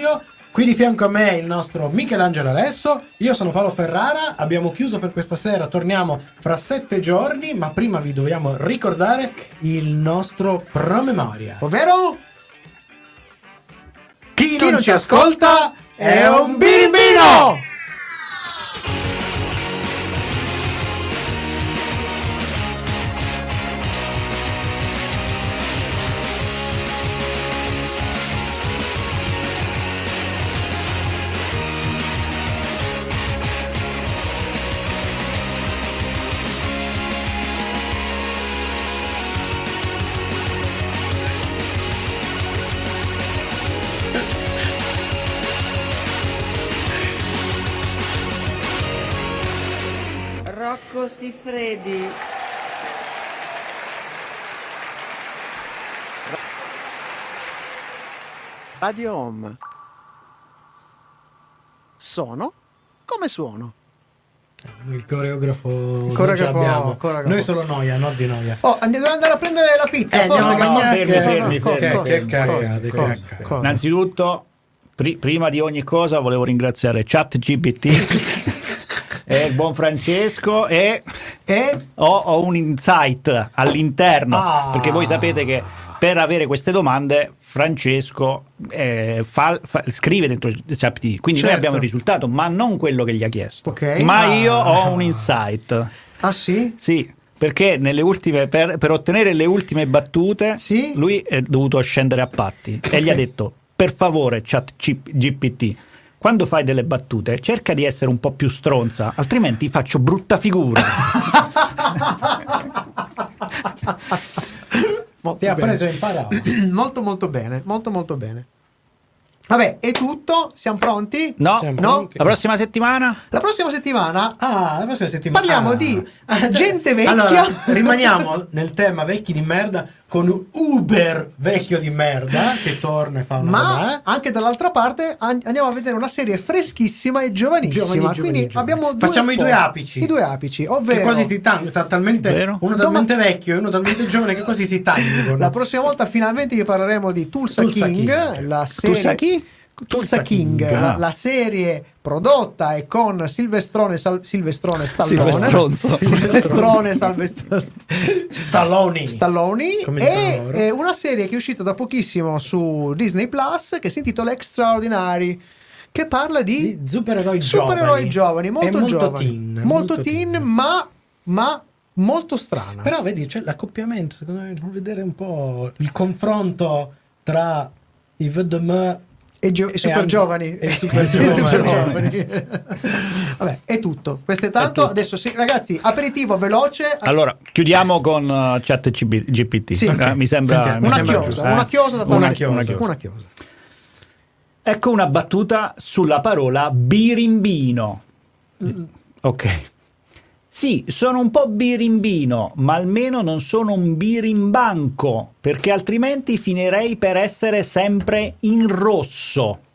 Qui di fianco a me il nostro Michelangelo Alesso, io sono Paolo Ferrara, abbiamo chiuso per questa sera, torniamo fra sette giorni, ma prima vi dobbiamo ricordare il nostro promemoria. Ovvero? Chi, Chi non ci ascolta è un birimbino! Rocco Siffredi. Radio Home. Sono come suono. Il coreografo, Il non ce coreografo, l'abbiamo. coreografo. Noi solo noia, no di noia. Oh, andiamo ad andare a prendere la pizza. Eh, forse, no, che- no, che- fermi, che- fermi, no, fermi, cosa, che cosa, cagate, cosa, che cosa, cagate. Innanzitutto, pri- prima di ogni cosa, volevo ringraziare ChatGPT e il buon Francesco e, E ho, ho un insight all'interno, Ah. perché voi sapete che per avere queste domande Francesco eh, fa- fa- scrive dentro ChatGPT, quindi noi Certo. abbiamo il risultato, ma non quello che gli ha chiesto. Ok. Ma Ah. io ho un insight. ah sì? Sì, perché nelle ultime, per, per ottenere le ultime battute, Sì? lui è dovuto scendere a patti e gli ha detto: per favore, ChatGPT, quando fai delle battute, cerca di essere un po' più stronza, altrimenti faccio brutta figura. Ti ha preso e imparato. molto molto bene, molto molto bene. Vabbè, è tutto? Siamo pronti? No, Siamo No? pronti. la prossima settimana La prossima settimana Ah, la prossima settimana Parliamo ah. di Ah, gente vecchia. Allora, rimaniamo nel tema vecchi di merda con un Uber vecchio di merda che torna e fa una ma roba, anche dall'altra parte an- andiamo a vedere una serie freschissima e giovanissima. Giovani, giovani, Quindi giovani. abbiamo due Facciamo i due posti. apici. I due apici, che ovvero quasi si tagliano, talmente Vero? uno talmente vecchio e uno talmente giovane che quasi si tagliano. la prossima volta finalmente vi parleremo di Tulsa, Tulsa King, King. la serie Tulsa chi? Tulsa Tulsa King, King. la, Ah. la serie prodotta e con Silvestrone Sal- Silvestrone Stallone Silvestronzo. Silvestrone Salvestrone Stalloni. Stalloni Come e dicono loro. eh, una serie che è uscita da pochissimo su Disney Plus che si intitola Extraordinary, che parla di, Di supereroi supereroi giovani. giovani, molto È molto giovani, teen, molto, molto teen, teen. ma, ma molto strana. Però vedi, c'è l'accoppiamento, secondo me, non vedere un po' il confronto tra i V D M e, gio- e super anche- giovani e super E super giovani. giovani. Vabbè, è tutto. Questo è tanto. tutto. Adesso sì, ragazzi, aperitivo veloce. Allora, chiudiamo con uh, ChatGPT. Sì, Eh, ok. mi sembra, Sentiamo, mi una sembra chiosa, giusto, eh? una chiosa da Una parte- chiosa. una chiosa. Una chiosa. Ecco una battuta sulla parola birimbino. Ok. Sì, sono un po' birimbino, ma almeno non sono un birimbanco, perché altrimenti finirei per essere sempre in rosso.